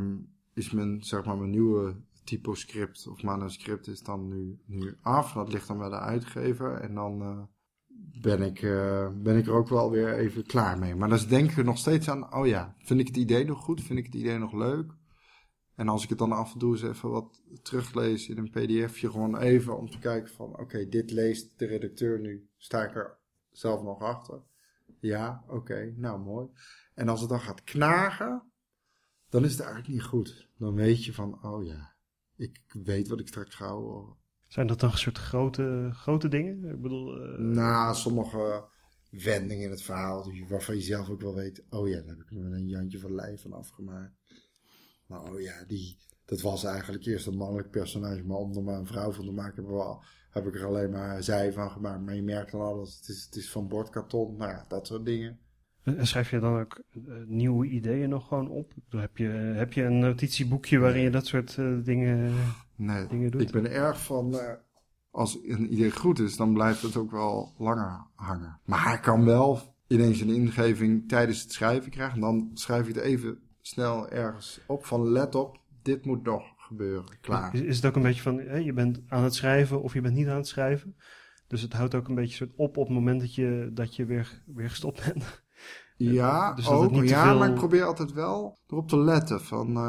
mijn nieuwe typoscript of manuscript is dan nu af. Dat ligt dan bij de uitgever en dan ben ik er ook wel weer even klaar mee. Maar dan denk ik nog steeds aan, vind ik het idee nog goed? Vind ik het idee nog leuk? En als ik het dan af en toe eens even wat teruglees in een pdfje, gewoon even om te kijken van, oké, dit leest de redacteur nu, sta ik er zelf nog achter? Ja, oké, nou mooi. En als het dan gaat knagen, dan is het eigenlijk niet goed. Dan weet je van, ik weet wat ik straks ga horen. Zijn dat dan een soort grote dingen? Ik bedoel... sommige wendingen in het verhaal, waarvan je zelf ook wel weet, daar heb ik er een Jantje van Leij van afgemaakt. Maar dat was eigenlijk eerst een mannelijk personage, maar om er maar een vrouw van te maken, heb ik er alleen maar zij van gemaakt. Maar je merkt dan al dat het is van bordkarton, dat soort dingen. En schrijf je dan ook nieuwe ideeën nog gewoon op? Heb je een notitieboekje waarin je dat soort dingen doet? Ik ben erg van, als een idee goed is, dan blijft het ook wel langer hangen. Maar ik kan wel ineens een ingeving tijdens het schrijven krijgen. En dan schrijf ik het even snel ergens op van let op, dit moet nog gebeuren, klaar. Is het ook een beetje van, je bent aan het schrijven of je bent niet aan het schrijven? Dus het houdt ook een beetje soort op het moment dat je weer gestopt bent. Ja, dus ook. Niet maar ik probeer altijd wel erop te letten.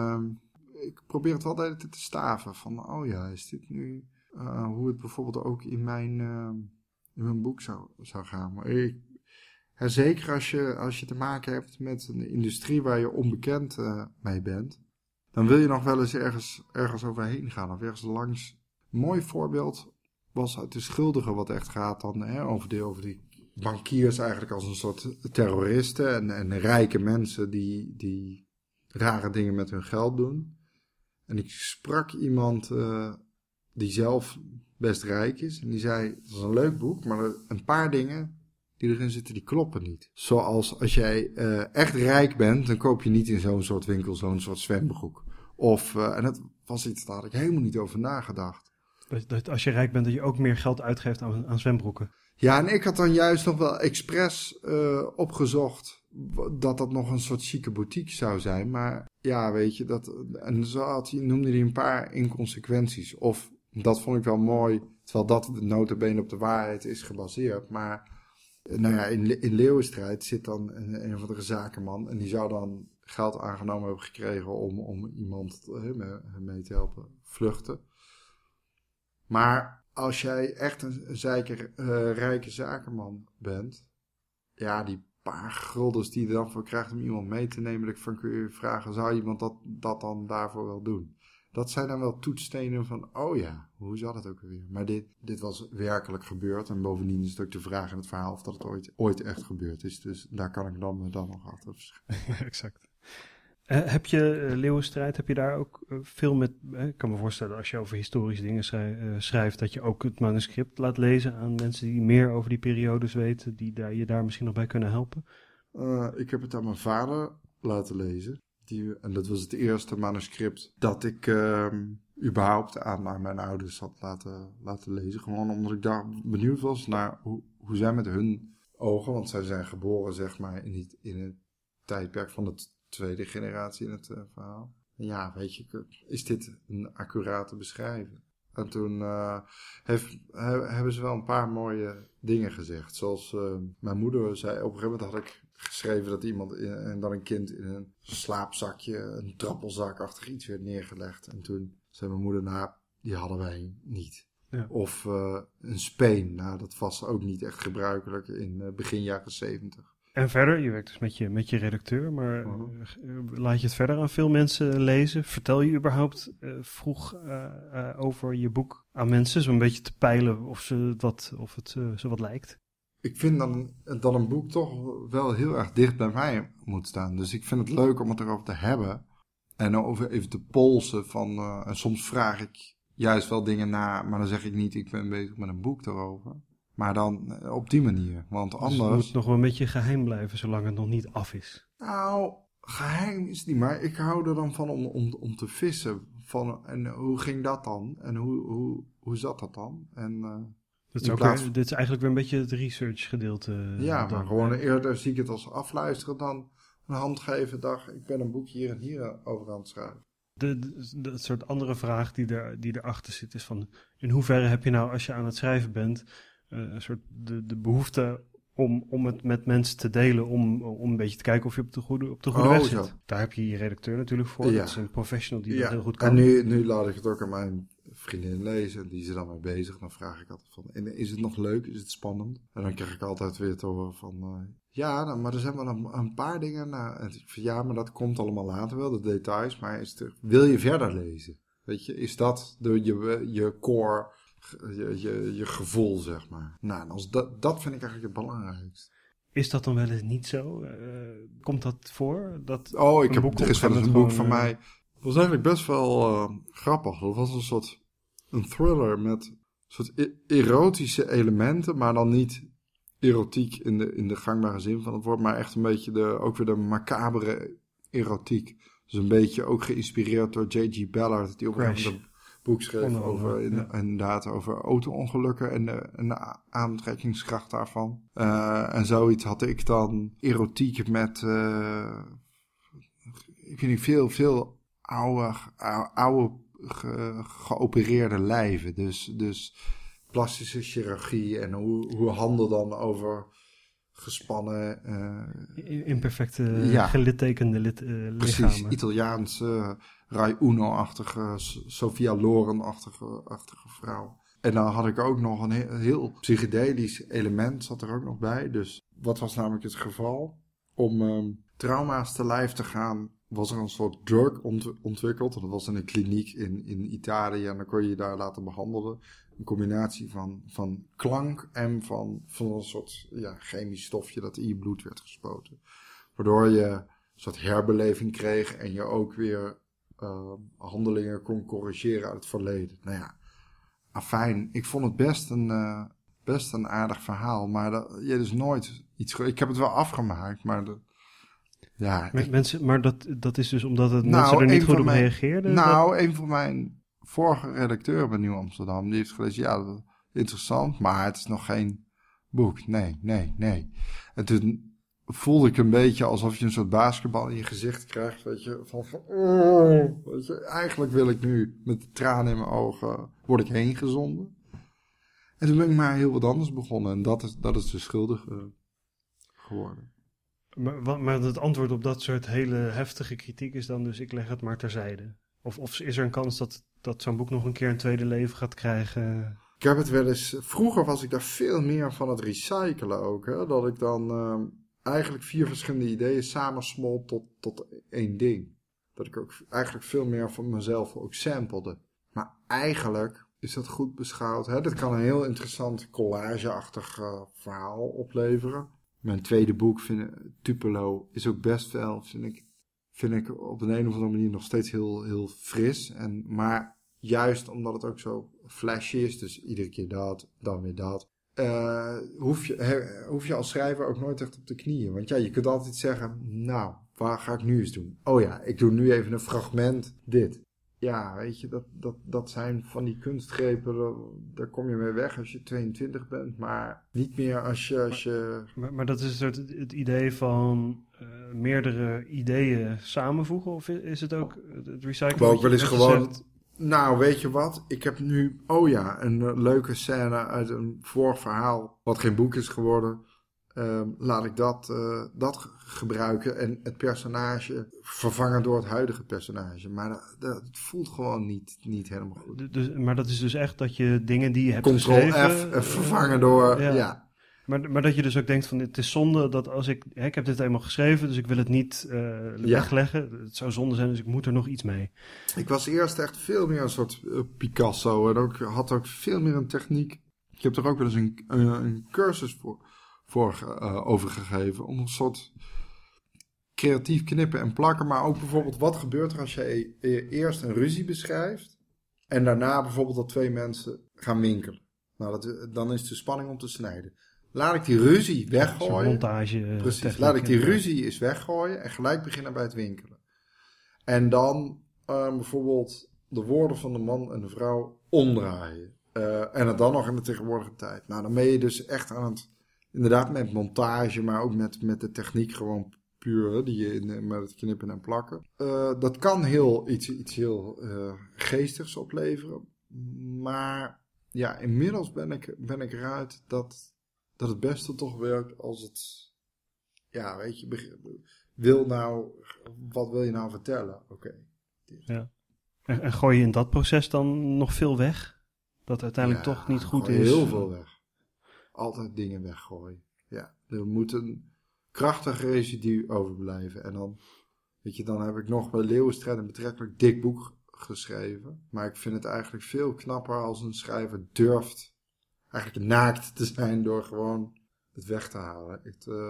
Ik probeer het wel de hele tijd te staven. Van, is dit nu hoe het bijvoorbeeld ook in mijn boek zou gaan. Maar zeker als je te maken hebt met een industrie waar je onbekend mee bent, dan wil je nog wel eens ergens overheen gaan of ergens langs. Een mooi voorbeeld was uit De Schuldigen, wat echt gaat dan over die bankiers eigenlijk als een soort terroristen en rijke mensen die rare dingen met hun geld doen. En ik sprak iemand die zelf best rijk is en die zei, het is een leuk boek, maar een paar dingen die erin zitten, die kloppen niet. Zoals als jij echt rijk bent, dan koop je niet in zo'n soort winkel zo'n soort zwembroek. En dat was iets, daar had ik helemaal niet over nagedacht. Dat als je rijk bent, dat je ook meer geld uitgeeft aan zwembroeken. Ja, en ik had dan juist nog wel expres opgezocht dat nog een soort chique boutique zou zijn. Maar ja, weet je, en zo noemde hij een paar inconsequenties. Of, dat vond ik wel mooi, terwijl dat notabene op de waarheid is gebaseerd. Maar in Leeuwenstrijd zit dan een of andere zakenman en die zou dan geld aangenomen hebben gekregen om iemand mee te helpen vluchten. Maar als jij echt een rijke zakenman bent, die paar guldens die je dan voor krijgt om iemand mee te nemen, dan kun je vragen, zou iemand dat dan daarvoor wel doen? Dat zijn dan wel toetsstenen van, hoe zat het ook weer? Maar dit was werkelijk gebeurd en bovendien is het ook de vraag in het verhaal of dat het ooit echt gebeurd is. Dus daar kan ik dan nog achter verschijnen. Ja, exact. Heb je Leeuwenstrijd, heb je daar ook veel met... Ik kan me voorstellen, als je over historische dingen schrijft, dat je ook het manuscript laat lezen aan mensen die meer over die periodes weten, die je daar misschien nog bij kunnen helpen? Ik heb het aan mijn vader laten lezen. En dat was het eerste manuscript dat ik überhaupt aan mijn ouders had laten lezen. Gewoon omdat ik daar benieuwd was naar hoe zij met hun ogen, want zij zijn geboren zeg maar in het tijdperk van de tweede generatie in het verhaal. En ja, weet je, is dit een accurate beschrijving? En toen hebben ze wel een paar mooie dingen gezegd. Zoals mijn moeder zei, op een gegeven moment had ik geschreven dat iemand en dan een kind in een slaapzakje, een trappelzakachtig iets werd neergelegd. En toen zei mijn moeder, die hadden wij niet. Ja. Of een speen, dat was ook niet echt gebruikelijk in begin jaren 70. En verder, je werkt dus met je redacteur, maar laat je het verder aan veel mensen lezen? Vertel je überhaupt vroeg over je boek aan mensen, zo'n beetje te peilen of het zo wat lijkt? Ik vind dan dat een boek toch wel heel erg dicht bij mij moet staan. Dus ik vind het leuk om het erover te hebben en over even te polsen van, en soms vraag ik juist wel dingen na, maar dan zeg ik niet, ik ben bezig met een boek erover. Maar dan op die manier, want anders... Dus het moet nog wel een beetje geheim blijven, zolang het nog niet af is. Nou, geheim is het niet, maar ik hou er dan van om te vissen. En hoe ging dat dan? En hoe zat dat dan? En, dit is eigenlijk weer een beetje het research gedeelte. Ja, maar gewoon eerder zie ik het als afluisteren dan een handgeven dag. Ik ben een boekje hier en hier over aan het schrijven. De soort andere vraag die erachter zit is van... in hoeverre heb je nou, als je aan het schrijven bent... een soort de behoefte om het met mensen te delen... om een beetje te kijken of je op de goede weg zit. Zo. Daar heb je je redacteur natuurlijk voor. Ja. Dat is een professional die dat heel goed kan. En nu laat ik het ook aan mijn vriendin lezen. Die is er dan mee bezig. Dan vraag ik altijd van... is het nog leuk? Is het spannend? En dan krijg ik altijd weer te horen van... maar er zijn wel een paar dingen... ja, maar dat komt allemaal later wel. De details. Maar wil je verder lezen? Weet je, is dat je core... Je gevoel, zeg maar. Nou, dat vind ik eigenlijk het belangrijkste. Is dat dan wel eens niet zo? Komt dat voor? Er is wel eens een boek van mij. Dat was eigenlijk best wel grappig. Dat was een thriller met soort erotische elementen, maar dan niet erotiek in de gangbare zin van het woord, maar echt een beetje ook weer de macabere erotiek. Dus een beetje ook geïnspireerd door J.G. Ballard, die op een gegeven moment boek schreef over auto-ongelukken en de aantrekkingskracht daarvan. En zoiets had ik dan erotiek met, ik weet niet, veel oude geopereerde lijven. Dus plastische chirurgie en hoe handel dan over gespannen... imperfecte, gelittekende lichamen. Precies, Italiaanse... Rai Uno-achtige, Sophia Loren-achtige vrouw. En dan had ik ook nog een heel psychedelisch element, zat er ook nog bij. Dus wat was namelijk het geval? Om trauma's te lijf te gaan, was er een soort drug ontwikkeld. Dat was in een kliniek in Italië en dan kon je je daar laten behandelen. Een combinatie van klank en van een soort chemisch stofje dat in je bloed werd gespoten. Waardoor je een soort herbeleving kreeg en je ook weer... handelingen kon corrigeren uit het verleden. Nou ja, afijn. Ik vond het best een aardig verhaal, maar je is nooit iets... Ik heb het wel afgemaakt, maar... Maar dat is dus omdat mensen er niet goed op reageerden? Een van mijn vorige redacteuren bij Nieuw Amsterdam, die heeft gelezen, interessant, maar het is nog geen boek. Nee. En toen... voelde ik een beetje alsof je een soort basketbal in je gezicht krijgt, weet je, weet je, eigenlijk wil ik nu met de tranen in mijn ogen, word ik heen gezonden. En toen ben ik maar heel wat anders begonnen en dat is de schuldige geworden. Maar het antwoord op dat soort hele heftige kritiek is dan dus, ik leg het maar terzijde. Of is er een kans dat zo'n boek nog een keer een tweede leven gaat krijgen? Ik heb het wel eens, vroeger was ik daar veel meer van het recyclen ook, hè, dat ik dan... eigenlijk 4 verschillende ideeën samensmolt tot één ding. Dat ik ook eigenlijk veel meer van mezelf ook sampelde. Maar eigenlijk is dat goed beschouwd. Hè? Dat kan een heel interessant collageachtig verhaal opleveren. Mijn tweede boek, Tupelo, is ook best wel, vind ik op een of andere manier nog steeds heel, heel fris. Maar juist omdat het ook zo flashy is, dus iedere keer dat, dan weer dat. Hoef je als schrijver ook nooit echt op de knieën. Want je kunt altijd zeggen, nou, waar ga ik nu eens doen? Oh ja, ik doe nu even een fragment dit. Ja, weet je, dat zijn van die kunstgrepen, daar kom je mee weg als je 22 bent, maar niet meer als je... Maar dat is het idee van meerdere ideeën samenvoegen, of is het ook het recyclen? Maar ook wel eens gewoon... Nou, weet je wat? Ik heb nu, een leuke scène uit een vorig verhaal, wat geen boek is geworden. Laat ik dat gebruiken en het personage vervangen door het huidige personage. Maar dat voelt gewoon niet helemaal goed. Maar dat is dus echt dat je dingen die je hebt geschreven... Ctrl-F vervangen door, ja. Maar dat je dus ook denkt van het is zonde dat als ik heb dit eenmaal geschreven, dus ik wil het niet wegleggen. Het zou zonde zijn, dus ik moet er nog iets mee. Ik was eerst echt veel meer een soort Picasso en had ook veel meer een techniek. Ik heb er ook wel eens een cursus voor overgegeven om een soort creatief knippen en plakken. Maar ook bijvoorbeeld wat gebeurt er als je eerst een ruzie beschrijft en daarna bijvoorbeeld dat twee mensen gaan winkelen. Nou, dan is de spanning om te snijden. Laat ik die ruzie weggooien. Zo'n montage. Precies, laat ik die ruzie eens weggooien en gelijk beginnen bij het winkelen. En dan bijvoorbeeld de woorden van de man en de vrouw omdraaien. En het dan nog in de tegenwoordige tijd. Nou, dan ben je dus echt aan het, inderdaad met montage, maar ook met de techniek gewoon puur, die je met het knippen en plakken. Dat kan iets heel geestigs opleveren. Maar ja, inmiddels ben ik eruit dat het beste toch werkt als het, ja, weet je, wat wil je nou vertellen? Oké. Ja. En gooi je in dat proces dan nog veel weg? Dat uiteindelijk toch niet goed is? Heel veel weg. Altijd dingen weggooien. Ja, er moet een krachtig residu overblijven. En dan, weet je, dan heb ik nog bij Leeuwenstrijd een betrekkelijk dik boek geschreven. Maar ik vind het eigenlijk veel knapper als een schrijver durft eigenlijk naakt te zijn door gewoon het weg te halen.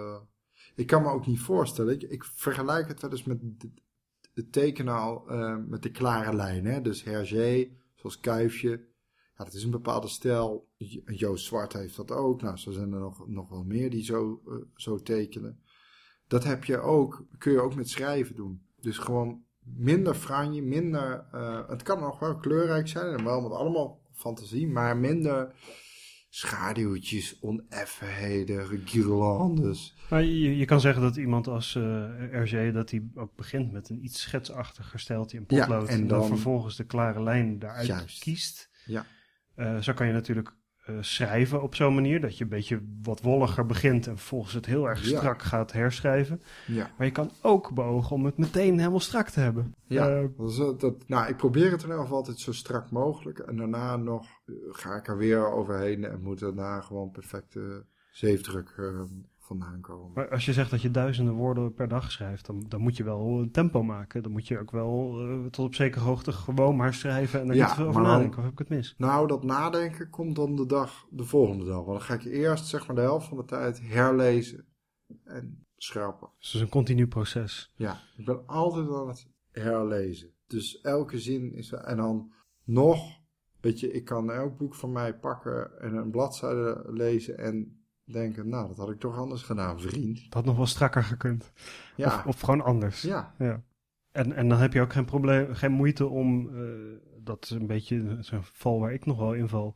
Ik kan me ook niet voorstellen. Ik vergelijk het wel eens met het tekenen al met de klare lijn. Hè? Dus Hergé, zoals Kuifje. Ja, dat is een bepaalde stijl. Joost Zwart heeft dat ook. Nou, zo zijn er nog wel meer die zo tekenen. Dat kun je ook met schrijven doen. Dus gewoon minder franje, minder. Het kan nog wel kleurrijk zijn en wel met allemaal fantasie, maar minder schaduwtjes, oneffenheden, guirlandes. Maar je kan zeggen dat iemand als Hergé, dat hij ook begint met een iets schetsachtiger stijltje in potlood. Ja, en dan vervolgens de klare lijn daaruit kiest. Ja. Zo kan je natuurlijk schrijven op zo'n manier, dat je een beetje wat wolliger begint en vervolgens het heel erg strak gaat herschrijven. Ja. Maar je kan ook beogen om het meteen helemaal strak te hebben. Ja, ik probeer het in ieder geval altijd zo strak mogelijk. En daarna nog ga ik er weer overheen en moet daarna gewoon perfecte zeefdruk vandaan komen. Maar als je zegt dat je duizenden woorden per dag schrijft, dan moet je wel een tempo maken. Dan moet je ook wel tot op zekere hoogte gewoon maar schrijven en er niet veel over nadenken. Of heb ik het mis? Nou, dat nadenken komt dan de volgende dag. Want dan ga ik eerst zeg maar de helft van de tijd herlezen en schrappen. Dus het is een continu proces. Ja, ik ben altijd aan het herlezen. Dus elke zin is en dan nog, weet je, ik kan elk boek van mij pakken en een bladzijde lezen en denken, nou, dat had ik toch anders gedaan, vriend. Dat had nog wel strakker gekund. Ja. Of gewoon anders. Ja. En dan heb je ook geen moeite om, dat is een beetje zo'n val waar ik nog wel in val,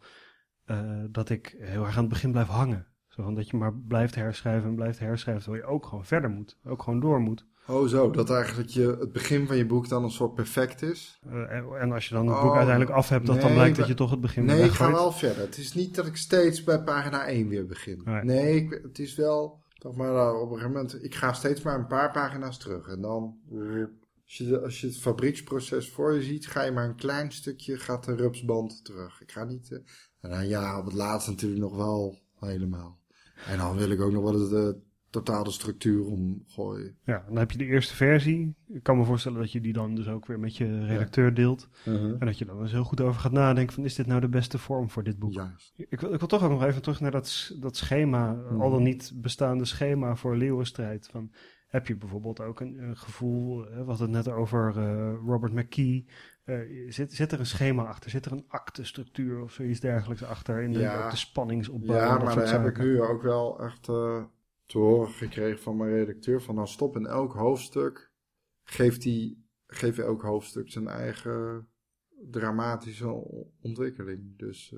dat ik heel erg aan het begin blijf hangen. Zo van dat je maar blijft herschrijven, terwijl je ook gewoon verder moet. Ook gewoon door moet. Oh zo, dat eigenlijk het begin van je boek dan een soort perfect is? En als je dan het boek uiteindelijk af hebt, dan blijkt dat je toch het begin Nee, ik ga wel verder. Het is niet dat ik steeds bij pagina 1 weer begin. Nee, het is wel, toch maar op een gegeven moment, ik ga steeds maar een paar pagina's terug. En dan, als je het fabrieksproces voor je ziet, ga je maar een klein stukje, gaat de rupsband terug. Ik ga niet, en dan op het laatste natuurlijk nog wel helemaal. En dan wil ik ook nog wel eens de totale structuur omgooien. Ja, dan heb je de eerste versie. Ik kan me voorstellen dat je die dan dus ook weer met je redacteur deelt. Uh-huh. En dat je dan eens heel goed over gaat nadenken van, is dit nou de beste vorm voor dit boek? Juist. Ik wil toch ook nog even terug naar dat schema, al dan niet bestaande schema voor Leeuwenstrijd. Van, heb je bijvoorbeeld ook een gevoel, we hadden het net over Robert McKee. Zit er een schema achter? Zit er een aktestructuur of zoiets dergelijks achter in de spanningsopbouw? Ja, maar daar heb ik nu ook wel echt te horen gekregen van mijn redacteur. Van nou stop in elk hoofdstuk. Geef elk hoofdstuk zijn eigen dramatische ontwikkeling. Dus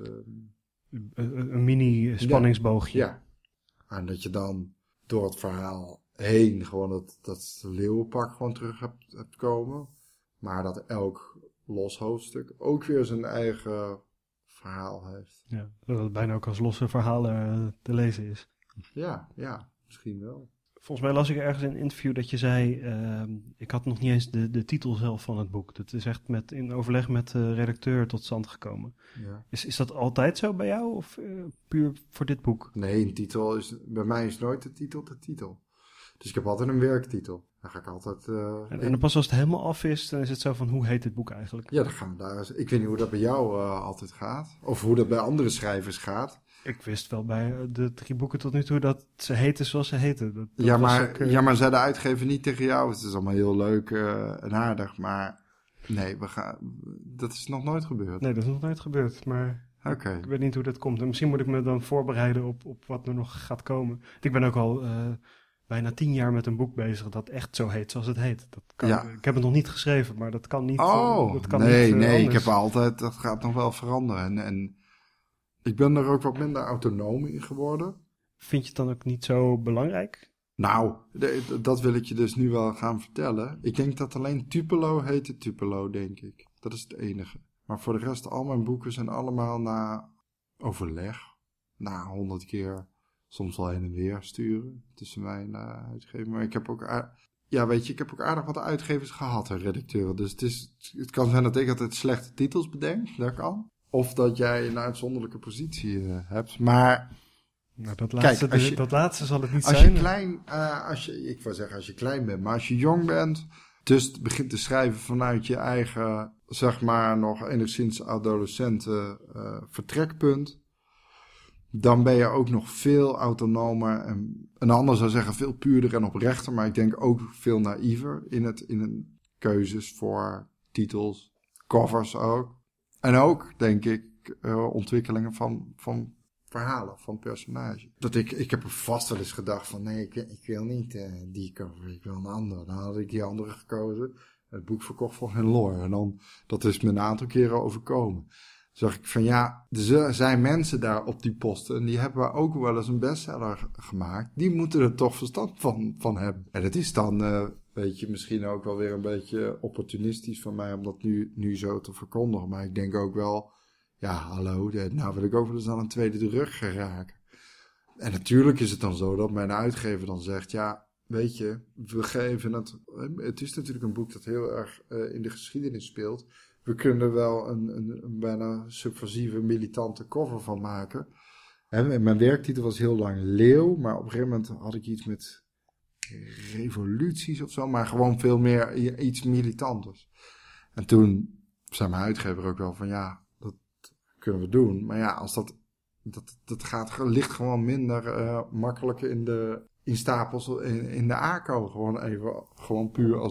een mini spanningsboogje. Ja. En dat je dan door het verhaal heen gewoon dat leeuwenpak gewoon terug hebt komen. Maar dat elk los hoofdstuk ook weer zijn eigen verhaal heeft. Ja, dat het bijna ook als losse verhalen te lezen is. Ja, misschien wel. Volgens mij las ik ergens in een interview dat je zei, ik had nog niet eens de titel zelf van het boek. Dat is echt in overleg met de redacteur tot stand gekomen. Ja. Is dat altijd zo bij jou of puur voor dit boek? Nee, een titel bij mij is nooit de titel. Dus ik heb altijd een werktitel. Dan ga ik altijd... En dan pas als het helemaal af is, dan is het zo van, hoe heet dit boek eigenlijk? Ja, dan gaan we daar eens... Ik weet niet hoe dat bij jou altijd gaat. Of hoe dat bij andere schrijvers gaat. Ik wist wel bij de 3 boeken tot nu toe dat ze heten zoals ze heten. Maar zei de uitgever niet tegen jou. Het is allemaal heel leuk en aardig, maar nee, dat is nog nooit gebeurd. Nee, dat is nog nooit gebeurd, maar Okay. Ik weet niet hoe dat komt. En misschien moet ik me dan voorbereiden op wat er nog gaat komen. Ik ben ook al bijna 10 jaar met een boek bezig dat echt zo heet zoals het heet. Dat kan, ik heb het nog niet geschreven, maar dat kan niet. Dat kan nee, niet, ik heb altijd, dat gaat nog wel veranderen. En ik ben er ook wat minder autonoom in geworden. Vind je het dan ook niet zo belangrijk? Nou, dat wil ik je dus nu wel gaan vertellen. Ik denk dat alleen Tupelo heette Tupelo, denk ik. Dat is het enige. Maar voor de rest, al mijn boeken zijn allemaal na overleg. Na 100 keer soms wel heen en weer sturen tussen mij en uitgever. Maar ik heb ook, ik heb ook aardig wat uitgevers gehad en redacteuren. Dus het kan zijn dat ik altijd slechte titels bedenk. Dat kan. Of dat jij een uitzonderlijke positie hebt. Maar... Nou, dat laatste zal het niet als zijn. Ik wou zeggen als je klein bent, maar als je jong bent, dus begint te schrijven vanuit je eigen, zeg maar, nog enigszins adolescente vertrekpunt, dan ben je ook nog veel autonomer en een ander zou zeggen veel puurder en oprechter, maar ik denk ook veel naïver in een keuzes voor titels, covers ook. En ook, denk ik, ontwikkelingen van verhalen, van personage. Dat ik heb er vast wel eens gedacht van nee, ik wil niet die cover, ik wil een andere. Dan had ik die andere gekozen. Het boek verkocht voor geen lor. En dan, dat is me een aantal keren overkomen. Zag ik van ja, er zijn mensen daar op die posten en die hebben ook wel eens een bestseller gemaakt. Die moeten er toch verstand van hebben. En het is dan, weet je, misschien ook wel weer een beetje opportunistisch van mij om dat nu zo te verkondigen. Maar ik denk ook wel, ja, hallo, nou wil ik ook wel eens aan een tweede rug geraken. En natuurlijk is het dan zo dat mijn uitgever dan zegt, ja, weet je, we geven het is natuurlijk een boek dat heel erg in de geschiedenis speelt. We kunnen er wel een bijna subversieve, militante cover van maken. En mijn werktitel was heel lang Leeuw, maar op een gegeven moment had ik iets met revoluties of zo, maar gewoon veel meer iets militanters. En toen zei mijn uitgever ook wel van, ja, kunnen we doen. Maar ja, als dat ligt gewoon minder makkelijk in stapels in de ACO. Gewoon puur als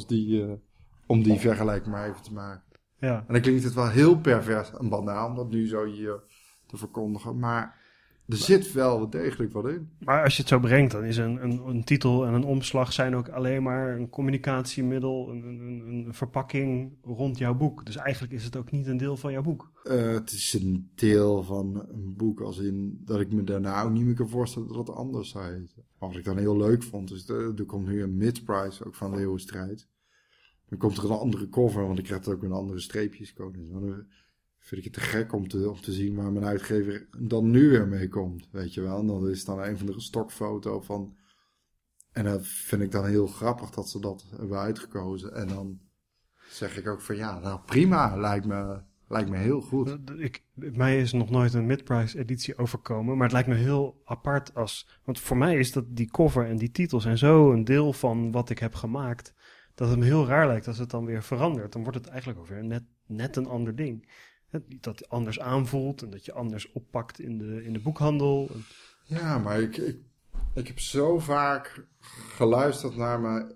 om die vergelijking maar even te maken. Ja. En dan klinkt het wel heel pervers en banaal om dat nu zo hier te verkondigen. Maar er zit wel degelijk wat in. Maar als je het zo brengt, dan is een titel en een omslag zijn ook alleen maar een communicatiemiddel, een verpakking rond jouw boek. Dus eigenlijk is het ook niet een deel van jouw boek. Het is een deel van een boek als in dat ik me daarna ook niet meer kan voorstellen dat het anders zou heten. Maar wat ik dan heel leuk vond, is er komt nu een mid-price ook van Leeuwenstrijd. Dan komt er een andere cover, want ik krijg ook een andere streepjescode. Dan vind ik het te gek om te zien waar mijn uitgever dan nu weer mee komt, weet je wel. En dat is dan een van de stokfoto van... En dat vind ik dan heel grappig dat ze dat hebben uitgekozen. En dan zeg ik ook van ja, nou prima, lijkt me heel goed. Mij is nog nooit een mid-price editie overkomen, maar het lijkt me heel apart want voor mij is dat die cover en die titel zijn zo een deel van wat ik heb gemaakt, dat het me heel raar lijkt als het dan weer verandert. Dan wordt het eigenlijk ook weer net een ander ding. Dat het anders aanvoelt en dat je anders oppakt in de boekhandel. Ja, maar ik heb zo vaak geluisterd naar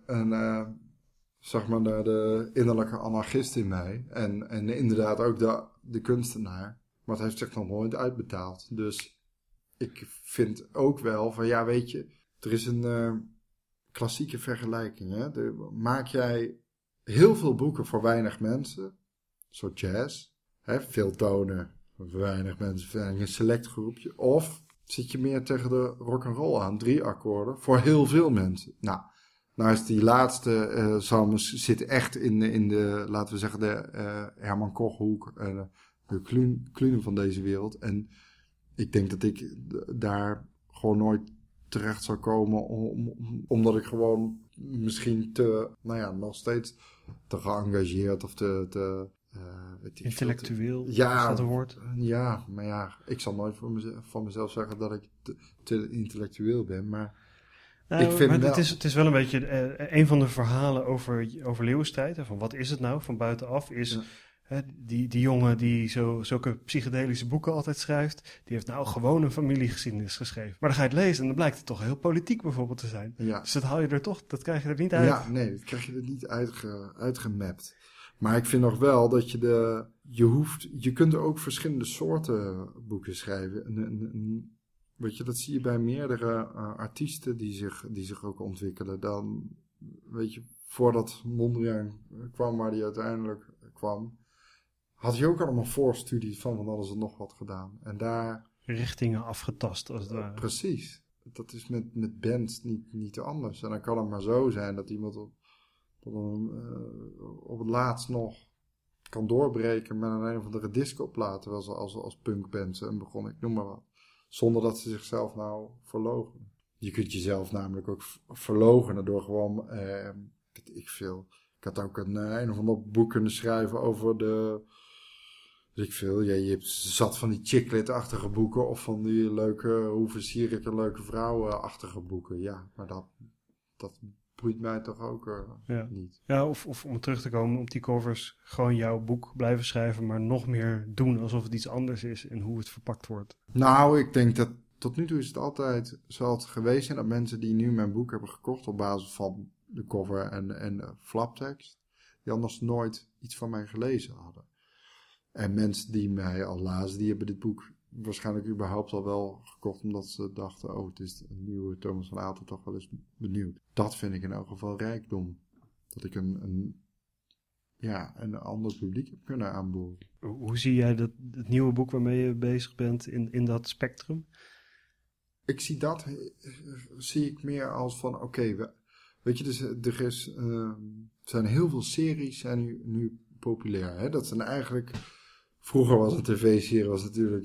zeg maar naar de innerlijke anarchist in mij. En inderdaad ook de kunstenaar. Maar het heeft zich nog nooit uitbetaald. Dus ik vind ook wel van ja, weet je, er is een klassieke vergelijking. Hè? Maak jij heel veel boeken voor weinig mensen, soort jazz... veel tonen, weinig mensen, een select groepje. Of zit je meer tegen de rock'n'roll aan, 3 akkoorden, voor heel veel mensen. Nou is die laatste zit echt in de, laten we zeggen, de Herman Kochhoek, de Klunen van deze wereld. En ik denk dat ik daar gewoon nooit terecht zou komen. Omdat ik gewoon misschien nog steeds te geëngageerd of intellectueel, is ja, dat een woord? Ja, maar ja, ik zal nooit van mezelf zeggen dat ik te intellectueel ben, maar ik vind maar het is wel een beetje een van de verhalen over Leeuwenstijd. Van wat is het nou van buitenaf? Is die jongen die zulke psychedelische boeken altijd schrijft, die heeft nou gewoon een familiegeschiedenis geschreven. Maar dan ga je het lezen en dan blijkt het toch heel politiek bijvoorbeeld te zijn. Ja. Dus dat haal je er toch, dat krijg je er niet uit. Ja, nee, dat krijg je er niet uitgemapt. Maar ik vind nog wel dat je kunt ook verschillende soorten boeken schrijven. Weet je, dat zie je bij meerdere artiesten die zich ook ontwikkelen. Dan, weet je, voordat Mondriaan kwam waar hij uiteindelijk kwam, had hij ook allemaal voorstudies van alles en nog wat gedaan. En daar... richtingen afgetast, als het ware. Precies. Dat is met bands niet anders. En dan kan het maar zo zijn dat iemand op het laatst nog kan doorbreken met een of andere discoplaten als punkbands en begon ik noem maar wat. Zonder dat ze zichzelf nou verloochenen. Je kunt jezelf namelijk ook verloochenen door gewoon, weet ik veel. Ik had ook een of ander boek kunnen schrijven over weet ik veel. Ja, je hebt zat van die chicklit-achtige boeken of van die leuke, hoe versier ik een leuke vrouw-achtige boeken. Ja, maar dat boeit mij toch ook niet. Ja, of om terug te komen op die covers, gewoon jouw boek blijven schrijven, maar nog meer doen alsof het iets anders is en hoe het verpakt wordt. Nou, ik denk dat tot nu toe is het altijd zo geweest zijn dat mensen die nu mijn boek hebben gekocht op basis van de cover en de flaptekst, die anders nooit iets van mij gelezen hadden. En mensen die mij al lazen, die hebben dit boek waarschijnlijk überhaupt al wel gekocht omdat ze dachten, het is een nieuwe Thomas van Aalten, toch wel eens benieuwd. Dat vind ik in elk geval rijkdom. Dat ik een ander publiek heb kunnen aanboren. Hoe zie jij het nieuwe boek waarmee je bezig bent in dat spectrum? Ik zie ik meer als van, weet je, dus er zijn heel veel series zijn nu populair. Hè? Dat zijn eigenlijk... Vroeger was een tv-serie natuurlijk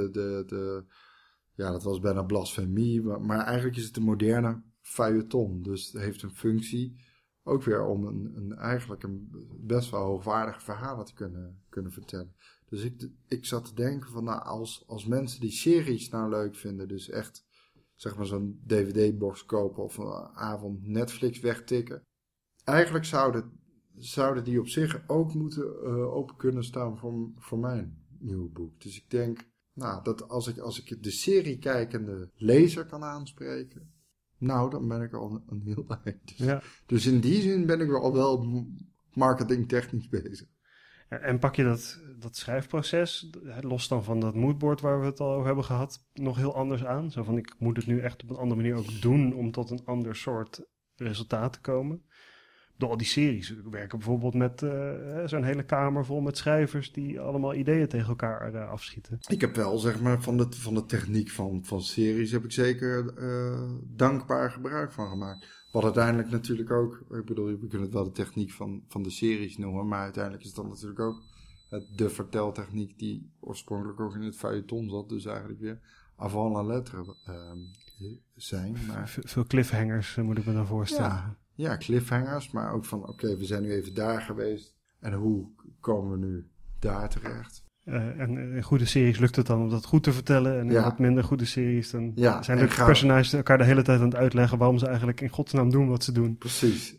dat was bijna blasfemie. Maar eigenlijk is het een moderne feuilleton. Dus het heeft een functie ook weer om eigenlijk een best wel hoogwaardige verhalen te kunnen vertellen. Dus ik zat te denken van als mensen die series nou leuk vinden, dus echt zeg maar zo'n DVD-box kopen of een avond Netflix wegtikken. Eigenlijk zouden die op zich ook moeten open kunnen staan voor mijn nieuwe boek. Dus ik denk dat als ik de serie kijkende lezer kan aanspreken, dan ben ik al een heel eind. Dus in die zin ben ik wel marketingtechnisch bezig. En pak je dat schrijfproces, los dan van dat moodboard waar we het al over hebben gehad, nog heel anders aan? Zo van, ik moet het nu echt op een andere manier ook doen om tot een ander soort resultaat te komen. Door al die series werken bijvoorbeeld met zo'n hele kamer vol met schrijvers die allemaal ideeën tegen elkaar afschieten. Ik heb wel, zeg maar, van de techniek van series heb ik zeker dankbaar gebruik van gemaakt. Wat uiteindelijk natuurlijk ook, ik bedoel, we kunnen het wel de techniek van de series noemen, maar uiteindelijk is het dan natuurlijk ook de verteltechniek die oorspronkelijk ook in het feuilleton zat. Dus eigenlijk weer avant la lettre zijn. Maar... Veel cliffhangers moet ik me dan voorstellen. Ja, cliffhangers, maar ook van we zijn nu even daar geweest en hoe komen we nu daar terecht? En in goede series lukt het dan om dat goed te vertellen en in wat minder goede series dan zijn de personages elkaar de hele tijd aan het uitleggen waarom ze eigenlijk in godsnaam doen wat ze doen. Precies,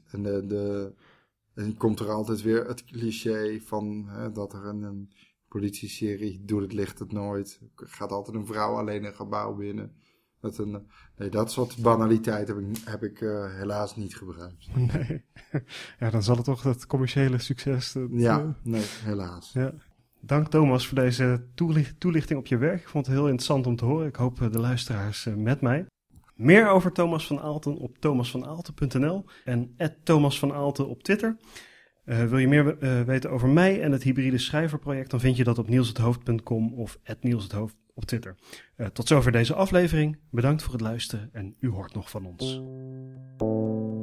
en komt er altijd weer het cliché van dat er een politieserie doet het licht het nooit, gaat altijd een vrouw alleen een gebouw binnen. Dat soort banaliteit heb ik helaas niet gebruikt. Nee. Ja, dan zal het toch dat commerciële succes... Nee, helaas. Ja. Dank Thomas voor deze toelichting op je werk. Ik vond het heel interessant om te horen. Ik hoop de luisteraars met mij. Meer over Thomas van Aalten op thomasvanaalten.nl en @thomasvanaalten op Twitter. Wil je meer weten over mij en het hybride schrijverproject, dan vind je dat op nielshethoofd.com of @nielshethoofd op Twitter. Tot zover deze aflevering. Bedankt voor het luisteren en u hoort nog van ons.